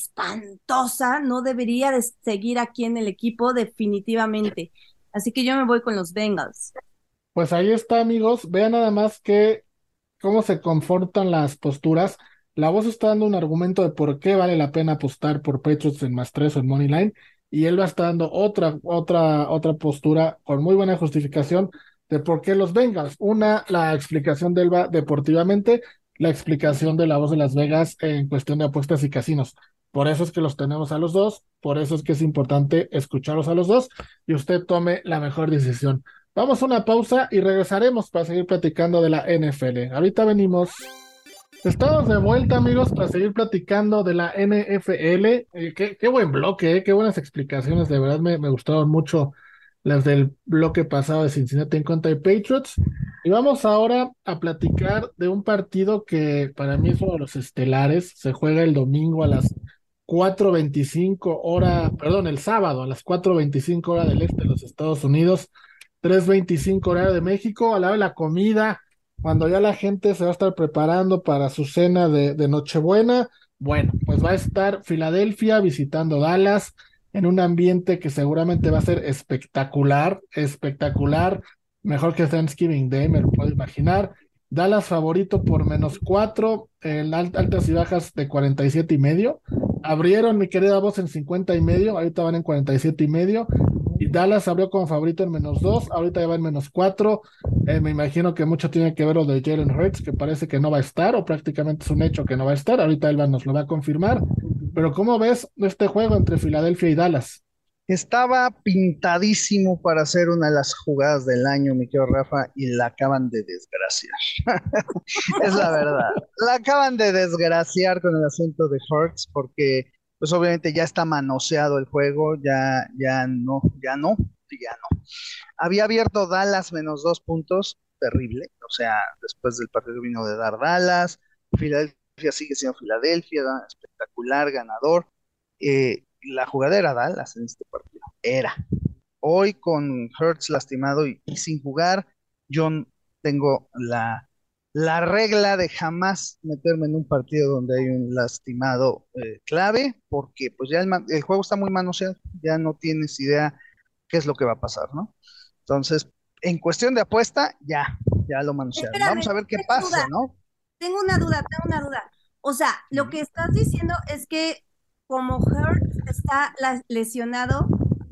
espantosa, no debería de seguir aquí en el equipo definitivamente. Así que yo me voy con los Bengals. Pues ahí está, amigos. Vean nada más que cómo se confortan las posturas. La voz está dando un argumento de por qué vale la pena apostar por Patriots en más tres o en Moneyline, y Elba está dando otra, otra, otra postura con muy buena justificación de por qué los Bengals. Una, la explicación de Elba deportivamente, la explicación de la voz de Las Vegas en cuestión de apuestas y casinos. Por eso es que los tenemos a los dos, por eso es que es importante escucharlos a los dos y usted tome la mejor decisión. Vamos a una pausa y regresaremos para seguir platicando de la N F L. Ahorita venimos. Estamos de vuelta, amigos, para seguir platicando de la N F L. Eh, qué, qué buen bloque, eh, qué buenas explicaciones. De verdad me, me gustaron mucho las del bloque pasado de Cincinnati en contra de Patriots. Y vamos ahora a platicar de un partido que para mí es uno de los estelares. Se juega el domingo a las cuatro veinticinco hora, perdón, el sábado a las cuatro veinticinco hora del este de los Estados Unidos, tres veinticinco horario de México, a la hora de la comida, cuando ya la gente se va a estar preparando para su cena de, de Nochebuena. Bueno, pues va a estar Filadelfia visitando Dallas en un ambiente que seguramente va a ser espectacular, espectacular, mejor que Thanksgiving Day, me lo puedo imaginar. Dallas favorito por menos cuatro, en alt- altas y bajas de cuarenta y siete y medio. Abrieron, mi querida voz, en cincuenta y medio, ahorita van en cuarenta y siete y medio. Y Dallas abrió como favorito en menos dos, ahorita ya va en menos cuatro. Eh, me imagino que mucho tiene que ver lo de Jalen Hurts, que parece que no va a estar, o prácticamente es un hecho que no va a estar. Ahorita Elba nos lo va a confirmar. Pero ¿cómo ves este juego entre Filadelfia y Dallas? Estaba pintadísimo para ser una de las jugadas del año, mi querido Rafa, y la acaban de desgraciar. Es la verdad. La acaban de desgraciar con el asunto de Hurts, porque pues obviamente ya está manoseado el juego, ya, ya no, ya no, ya no. Había abierto Dallas menos dos puntos, terrible. O sea, después del partido vino de dar Dallas, Filadelfia sigue siendo Filadelfia, espectacular, ganador. Eh, la jugada era Dallas en este partido, era. Hoy con Hurts lastimado y, y sin jugar, yo tengo la, la regla de jamás meterme en un partido donde hay un lastimado eh, clave, porque pues ya el, ma- el juego está muy manoseado, ya no tienes idea qué es lo que va a pasar, ¿no? Entonces, en cuestión de apuesta, ya, ya lo manosearon. Espérame, Vamos a ver qué tengo pasa, duda, ¿no? tengo una duda, tengo una duda. O sea, lo que estás diciendo es que como Hurts está la- lesionado,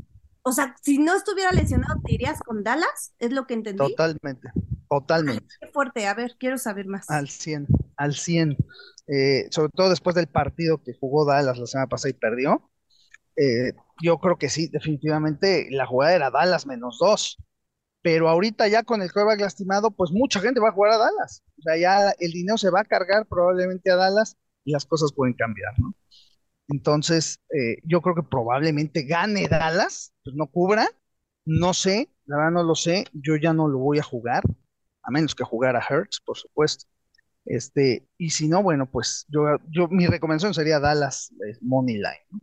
o sea, si no estuviera lesionado, ¿te irías con Dallas? ¿Es lo que entendí? Totalmente, totalmente. Qué fuerte, a ver, quiero saber más. Al cien, al cien. Eh, sobre todo después del partido que jugó Dallas la semana pasada y perdió. Eh, yo creo que sí, definitivamente la jugada era Dallas menos dos. Pero ahorita ya con el quarterback lastimado, pues mucha gente va a jugar a Dallas. O sea, ya el dinero se va a cargar probablemente a Dallas y las cosas pueden cambiar, ¿no? Entonces, eh, yo creo que probablemente gane Dallas, pues no cubra, no sé, la verdad no lo sé, yo ya no lo voy a jugar, a menos que jugara Hurts, por supuesto. Este, y si no, bueno, pues yo, yo mi recomendación sería Dallas eh, Money Line.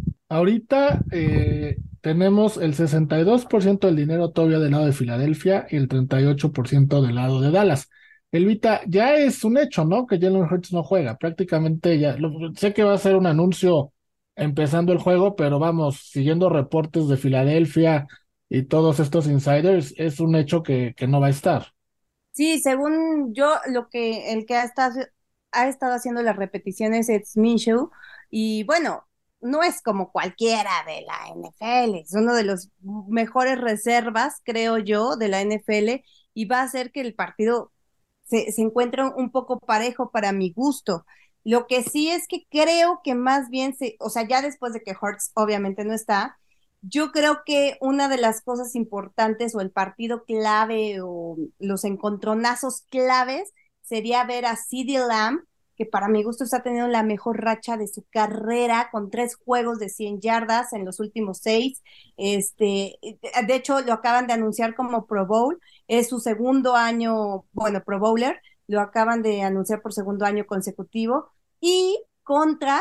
Ahorita eh, tenemos el sesenta y dos por ciento del dinero todavía del lado de Filadelfia y el treinta y ocho por ciento del lado de Dallas. Elvita, ya es un hecho, ¿no? Que Jalen Hurts no juega. Prácticamente ya. Lo- sé que va a ser un anuncio empezando el juego, pero vamos, siguiendo reportes de Filadelfia y todos estos insiders, es un hecho que, que no va a estar. Sí, según yo, lo que el que ha estado, ha estado haciendo las repeticiones es Minshew, y bueno, no es como cualquiera de la N F L, es uno de los mejores reservas, creo yo, de la N F L, y va a hacer que el partido se, se encuentre un poco parejo para mi gusto. Lo que sí es que creo que más bien, se, o sea, ya después de que Hurts obviamente no está, yo creo que una de las cosas importantes o el partido clave o los encontronazos claves sería ver a CeeDee Lamb, que para mi gusto está teniendo la mejor racha de su carrera con tres juegos de cien yardas en los últimos seis. Este, de hecho, lo acaban de anunciar como Pro Bowl, es su segundo año, bueno, Pro Bowler, lo acaban de anunciar por segundo año consecutivo, y contra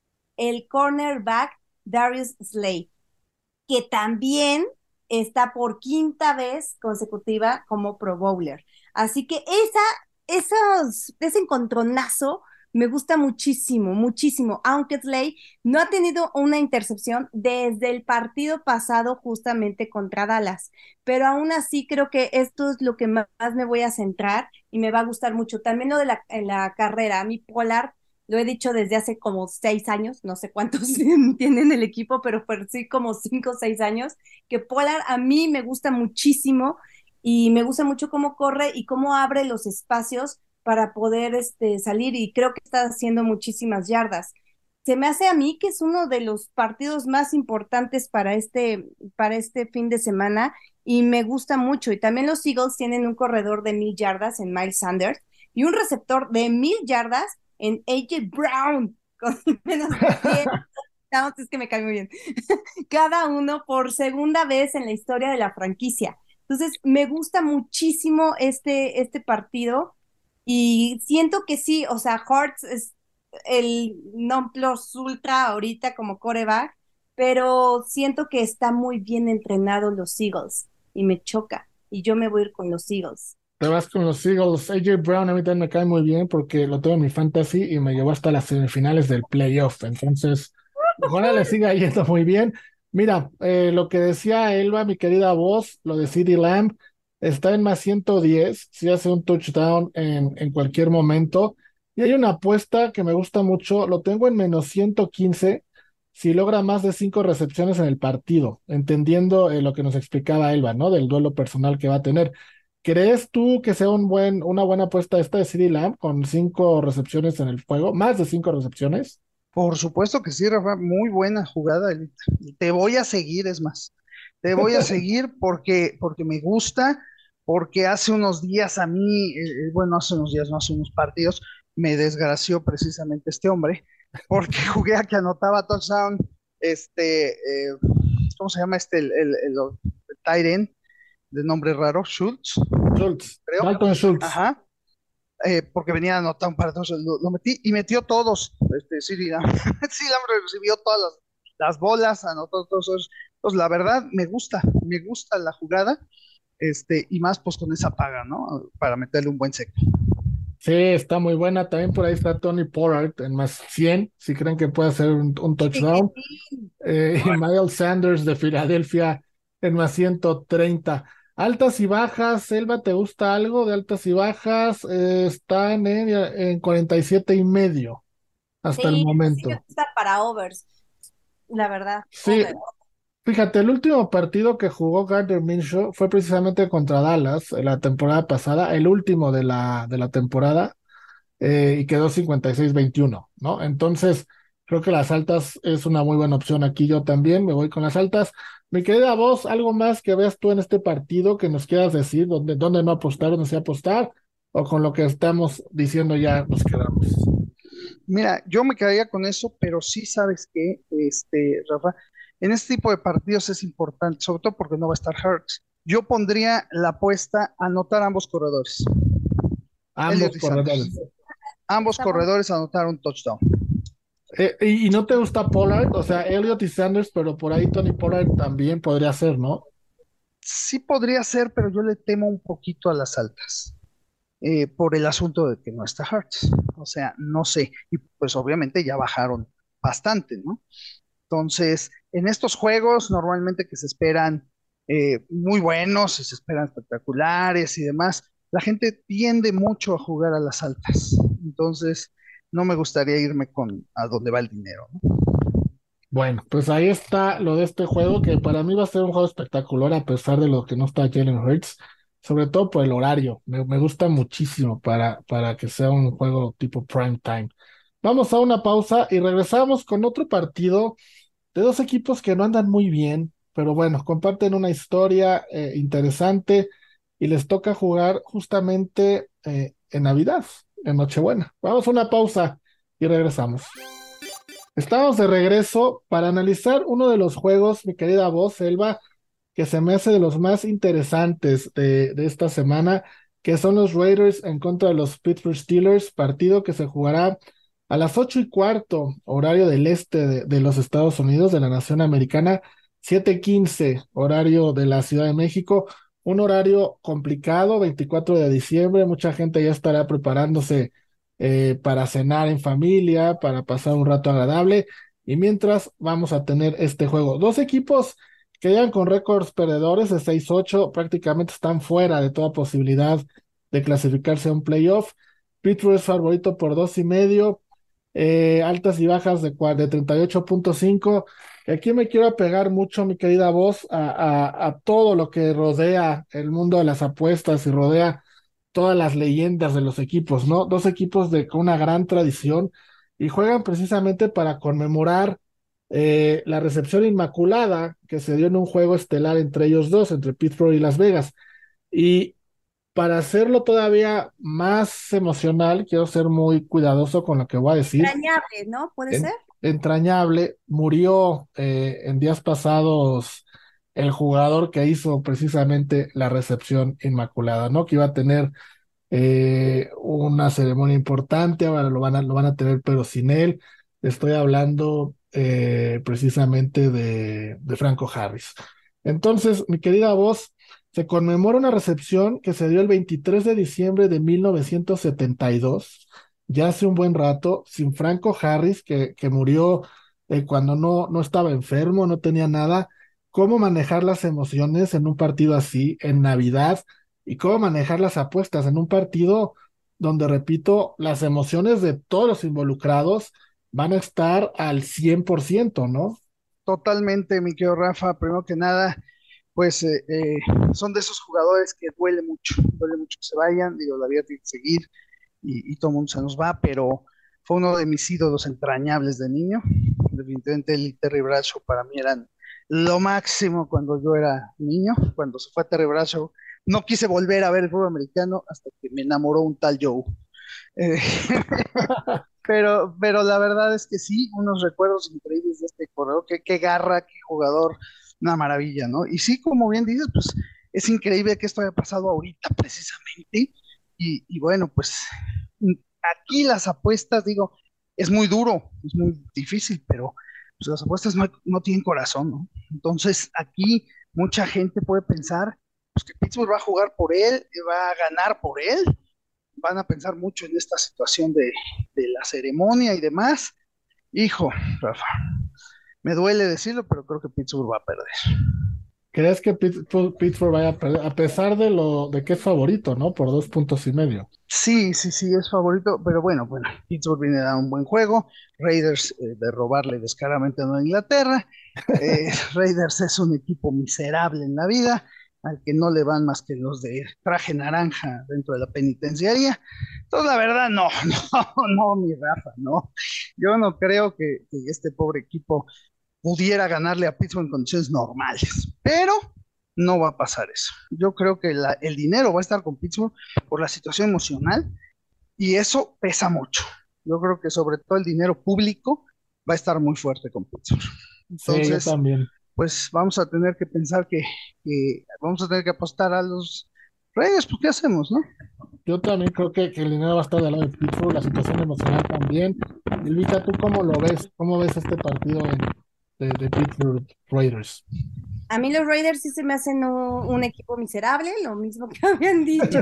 el cornerback Darius Slay, que también está por quinta vez consecutiva como Pro Bowler. Así que esa esos, ese encontronazo me gusta muchísimo, muchísimo, aunque Slay no ha tenido una intercepción desde el partido pasado justamente contra Dallas, pero aún así creo que esto es lo que más me voy a centrar y me va a gustar mucho. También lo de la, en la carrera, a mí Pollard, lo he dicho desde hace como seis años, no sé cuántos tienen el equipo, pero por sí como cinco o seis años, que Pollard a mí me gusta muchísimo y me gusta mucho cómo corre y cómo abre los espacios para poder este, salir y creo que está haciendo muchísimas yardas. Se me hace a mí que es uno de los partidos más importantes para este, para este fin de semana y me gusta mucho. Y también los Eagles tienen un corredor de mil yardas en Miles Sanders y un receptor de mil yardas en A J Brown con menos de diez touchdowns, es que me cae muy bien. Cada uno por segunda vez en la historia de la franquicia. Entonces, me gusta muchísimo este, este partido y siento que sí, o sea, Hurts es el non plus ultra ahorita como coreback, pero siento que está muy bien entrenado los Eagles y me choca y yo me voy a ir con los Eagles. Te vas con los Eagles. A J Brown a mí también me cae muy bien porque lo tengo en mi fantasy y me llevó hasta las semifinales del playoff. Entonces, ojalá le siga yendo muy bien. Mira, eh, lo que decía Elba, mi querida voz, lo de CeeDee Lamb, está en más ciento diez, si hace un touchdown en, en cualquier momento. Y hay una apuesta que me gusta mucho, lo tengo en menos ciento quince, si logra más de cinco recepciones en el partido, entendiendo eh, lo que nos explicaba Elba, ¿no? Del duelo personal que va a tener. ¿Crees tú que sea un buen, una buena apuesta esta de CeeDee Lamb con cinco recepciones en el juego? ¿Más de cinco recepciones? Por supuesto que sí, Rafa, muy buena jugada, Elita. Y te voy a seguir, es más, te voy a seguir porque, porque me gusta, porque hace unos días a mí, eh, eh, bueno, hace unos días, no hace unos partidos, me desgració precisamente este hombre, porque jugué a que anotaba touchdown, este, eh, ¿cómo se llama este? El, el, el, el tight end de nombre raro, Schultz, Schultz, creo. Dalton Schultz. Ajá. Eh, porque venía a anotar un par de cosas, lo, lo metí y metió todos. Este, sí, sí, hombre, recibió todas las, las bolas, anotó todos esos. Pues la verdad, me gusta, me gusta la jugada, este, y más pues con esa paga, ¿no? Para meterle un buen seco. Sí, está muy buena. También por ahí está Tony Pollard en más cien, si creen que puede hacer un, un touchdown. Sí, Eh, y Miles Sanders de Filadelfia en más ciento treinta. Altas y bajas, Selva, ¿te gusta algo de altas y bajas? Eh, están en, en cuarenta y siete y medio hasta el sí, sí me momento. gusta para overs, la verdad, Sí, over. fíjate, el último partido que jugó Gardner Minshew fue precisamente contra Dallas en la temporada pasada, el último de la, de la temporada, eh, y quedó cincuenta y seis veintiuno, ¿no? Entonces, creo que las altas es una muy buena opción aquí. Yo también me voy con las altas. Mi querida voz, ¿algo más que veas tú en este partido que nos quieras decir? ¿Dónde, dónde no apostar, dónde sí apostar? ¿O con lo que estamos diciendo ya nos quedamos? Mira, yo me quedaría con eso, pero sí sabes que, este, Rafa, en este tipo de partidos es importante, sobre todo porque no va a estar Hurts. Yo pondría la apuesta a anotar ambos corredores, Ambos Elliott y corredores. Sanders. Ambos Está bueno. corredores anotar un touchdown. Eh, y, y no te gusta Pollard, o sea, Elliott y Sanders, pero por ahí Tony Pollard también podría ser, ¿no? Sí podría ser, pero yo le temo un poquito a las altas, eh, por el asunto de que no está Hurts. O sea, no sé. Y pues obviamente ya bajaron bastante, ¿no? Entonces, en estos juegos normalmente que se esperan eh, muy buenos y se esperan espectaculares y demás, la gente tiende mucho a jugar a las altas. Entonces, no me gustaría irme con a dónde va el dinero, ¿no? Bueno, pues ahí está lo de este juego, que para mí va a ser un juego espectacular a pesar de lo que no está Jalen Hurts, sobre todo por el horario. Me, me gusta muchísimo para, para que sea un juego tipo prime time. Vamos a una pausa y regresamos con otro partido de dos equipos que no andan muy bien, pero bueno, comparten una historia eh, interesante y les toca jugar justamente eh, en Navidad, en Nochebuena. Vamos a una pausa y regresamos. Estamos de regreso para analizar uno de los juegos, mi querida voz, Elba, que se me hace de los más interesantes de, de esta semana, que son los Raiders en contra de los Pittsburgh Steelers, partido que se jugará a las ocho y cuarto, horario del este de, de los Estados Unidos, de la nación americana, siete quince, horario de la Ciudad de México. un horario complicado, veinticuatro de diciembre, mucha gente ya estará preparándose eh, para cenar en familia, para pasar un rato agradable, y mientras vamos a tener este juego. Dos equipos que llegan con récords perdedores de seis ocho, prácticamente están fuera de toda posibilidad de clasificarse a un playoff. Pittsburgh es favorito por dos y medio, eh, altas y bajas de, cua- de treinta y ocho punto cinco. Y aquí me quiero apegar mucho, mi querida voz, a, a, a todo lo que rodea el mundo de las apuestas y rodea todas las leyendas de los equipos, ¿no? Dos equipos de, con una gran tradición y juegan precisamente para conmemorar eh, la recepción inmaculada que se dio en un juego estelar entre ellos dos, entre Pittsburgh y Las Vegas. Y para hacerlo todavía más emocional, quiero ser muy cuidadoso con lo que voy a decir. Extrañable, ¿no? ¿Puede ser? En- entrañable, murió eh, en días pasados el jugador que hizo precisamente la recepción inmaculada, ¿no? Que iba a tener eh, una ceremonia importante, ahora lo van a, lo van a tener, pero sin él. Estoy hablando eh, precisamente de, de Franco Harris. Entonces, mi querida voz, se conmemora una recepción que se dio el veintitrés de diciembre de mil novecientos setenta y dos, ya hace un buen rato, sin Franco Harris, que, que murió eh, cuando no, no estaba enfermo, no tenía nada. ¿Cómo manejar las emociones en un partido así, en Navidad? Y cómo manejar las apuestas en un partido donde, repito, las emociones de todos los involucrados van a estar al cien por ciento, ¿no? Totalmente, mi querido Rafa. Primero que nada, pues eh, eh, son de esos jugadores que duele mucho, duele mucho que se vayan. Digo, la vida tiene que seguir y, y todo el mundo se nos va, pero fue uno de mis ídolos entrañables de niño. Definitivamente él y Terry Bradshaw para mí eran lo máximo cuando yo era niño. Cuando se fue a Terry Bradshaw, no quise volver a ver el fútbol americano hasta que me enamoró un tal Joe. Eh, pero, pero la verdad es que sí, unos recuerdos increíbles de este corredor, qué, qué garra, qué jugador, una maravilla, ¿no? Y sí, como bien dices, pues es increíble que esto haya pasado ahorita precisamente. Y, y bueno, pues aquí las apuestas, digo, es muy duro, es muy difícil, pero pues, las apuestas no, no tienen corazón, ¿no? Entonces aquí mucha gente puede pensar pues, que Pittsburgh va a jugar por él, va a ganar por él, van a pensar mucho en esta situación de, de la ceremonia y demás. Hijo, Rafa, me duele decirlo, pero creo que Pittsburgh va a perder. ¿Crees que Pittsburgh, Pittsburgh vaya a perder? A pesar de lo de que es favorito, ¿no? Por dos puntos y medio. Sí, sí, sí, es favorito, pero bueno, bueno, Pittsburgh viene a dar un buen juego, Raiders eh, de robarle descaradamente a Nueva Inglaterra, eh, Raiders es un equipo miserable en la vida, al que no le van más que los de traje naranja dentro de la penitenciaria. Entonces, la verdad, no, no, no, mi Rafa, no. Yo no creo que, que este pobre equipo pudiera ganarle a Pittsburgh en condiciones normales, pero no va a pasar eso. Yo creo que la- el dinero va a estar con Pittsburgh por la situación emocional y eso pesa mucho. Yo creo que sobre todo el dinero público va a estar muy fuerte con Pittsburgh. Sí, yo Entonces, también. pues vamos a tener que pensar que, que vamos a tener que apostar a los Reyes, pues ¿qué hacemos, no? Yo también creo que, que el dinero va a estar del lado de Pittsburgh, la situación emocional también. Silvita, ¿tú cómo lo ves? ¿Cómo ves este partido en- de, de Pittsburgh Raiders? A mí los Raiders sí se me hacen un, un equipo miserable, lo mismo que habían dicho.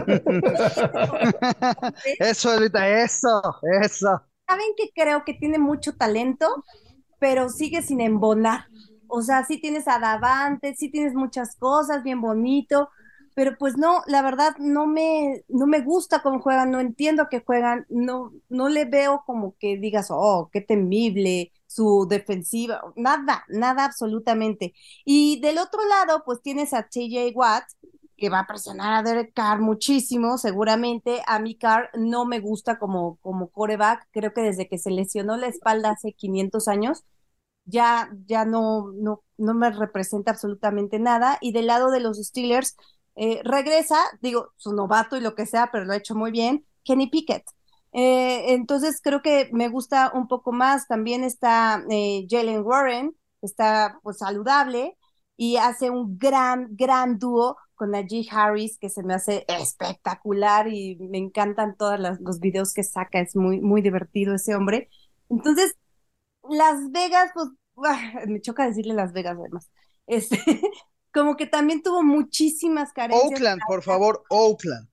Eso, Elvita, eso, eso. Saben que creo que tiene mucho talento, pero sigue sin embonar. O sea, sí tienes a Davante, sí tienes muchas cosas, bien bonito, pero pues no, la verdad no me, no me gusta cómo juegan, no entiendo que juegan, no, no le veo como que digas, oh, qué temible su defensiva, nada, nada absolutamente. Y del otro lado, pues tienes a T J Watt, que va a presionar a Derek Carr muchísimo, seguramente. A mi Carr no me gusta como, como quarterback, creo que desde que se lesionó la espalda hace quinientos años, ya, ya no, no, no me representa absolutamente nada. Y del lado de los Steelers, eh, regresa, digo, su novato y lo que sea, pero lo ha hecho muy bien, Kenny Pickett. Eh, entonces creo que me gusta un poco más. También está eh, Jalen Warren, está pues saludable y hace un gran, gran dúo con Najee Harris que se me hace espectacular y me encantan todos los videos que saca, es muy, muy divertido ese hombre. Entonces, Las Vegas, pues, ah, me choca decirle Las Vegas además. Este, como que también tuvo muchísimas carencias. Oakland, por favor, Oakland.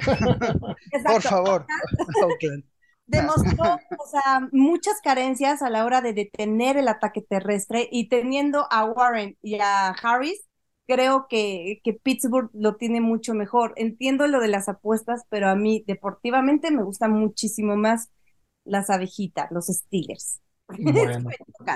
Por favor, Oakland. Demostró, o sea, muchas carencias a la hora de detener el ataque terrestre, y teniendo a Warren y a Harris, creo que, que Pittsburgh lo tiene mucho mejor. Entiendo lo de las apuestas, pero a mí deportivamente me gustan muchísimo más las abejitas, los Steelers. Bueno,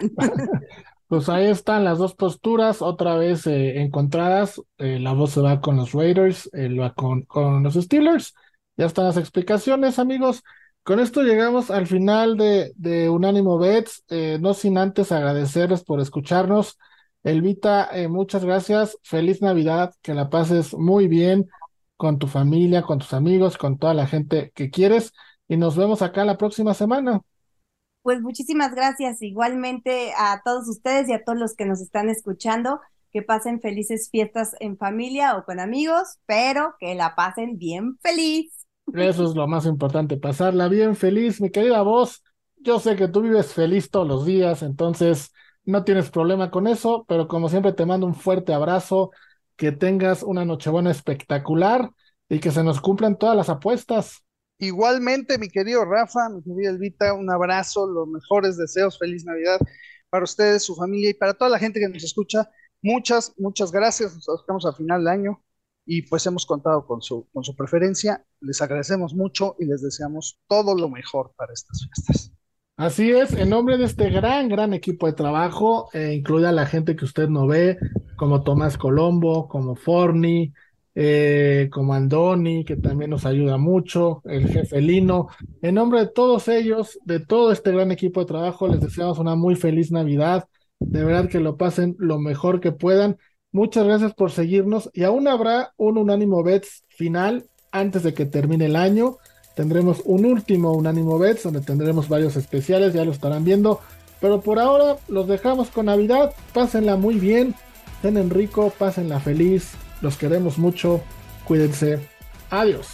pues ahí están las dos posturas, otra vez eh, encontradas. Eh, la voz se va con los Raiders, él va con, con los Steelers. Ya están las explicaciones, amigos. Con esto llegamos al final de, de Unánimo Bets, eh, no sin antes agradecerles por escucharnos. Elvita, eh, muchas gracias, feliz Navidad, que la pases muy bien con tu familia, con tus amigos, con toda la gente que quieres, y nos vemos acá la próxima semana. Pues muchísimas gracias, igualmente a todos ustedes y a todos los que nos están escuchando, que pasen felices fiestas en familia o con amigos, pero que la pasen bien feliz. Eso es lo más importante, pasarla bien feliz, mi querida voz. Yo sé que tú vives feliz todos los días, entonces no tienes problema con eso, pero como siempre te mando un fuerte abrazo, que tengas una Nochebuena espectacular y que se nos cumplan todas las apuestas. Igualmente, mi querido Rafa, mi querida Elvita, un abrazo, los mejores deseos, feliz Navidad para ustedes, su familia y para toda la gente que nos escucha. Muchas, muchas gracias, nos estamos a final de año y pues hemos contado con su, con su preferencia. Les agradecemos mucho y les deseamos todo lo mejor para estas fiestas. Así es, en nombre de este gran, gran equipo de trabajo, eh, incluida la gente que usted no ve, como Tomás Colombo, como Forni, eh, como Andoni, que también nos ayuda mucho, el jefe Lino. En nombre de todos ellos, de todo este gran equipo de trabajo, les deseamos una muy feliz Navidad. De verdad que lo pasen lo mejor que puedan. Muchas gracias por seguirnos y aún habrá un Unánimo Bets final antes de que termine el año. Tendremos un último Unánimo Bets donde tendremos varios especiales, ya lo estarán viendo. Pero por ahora los dejamos con Navidad. Pásenla muy bien, cenen rico, pásenla feliz. Los queremos mucho. Cuídense. Adiós.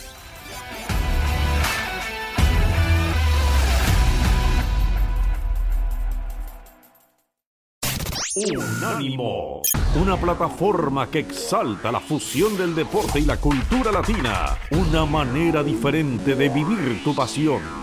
Unánimo, una plataforma que exalta la fusión del deporte y la cultura latina, una manera diferente de vivir tu pasión.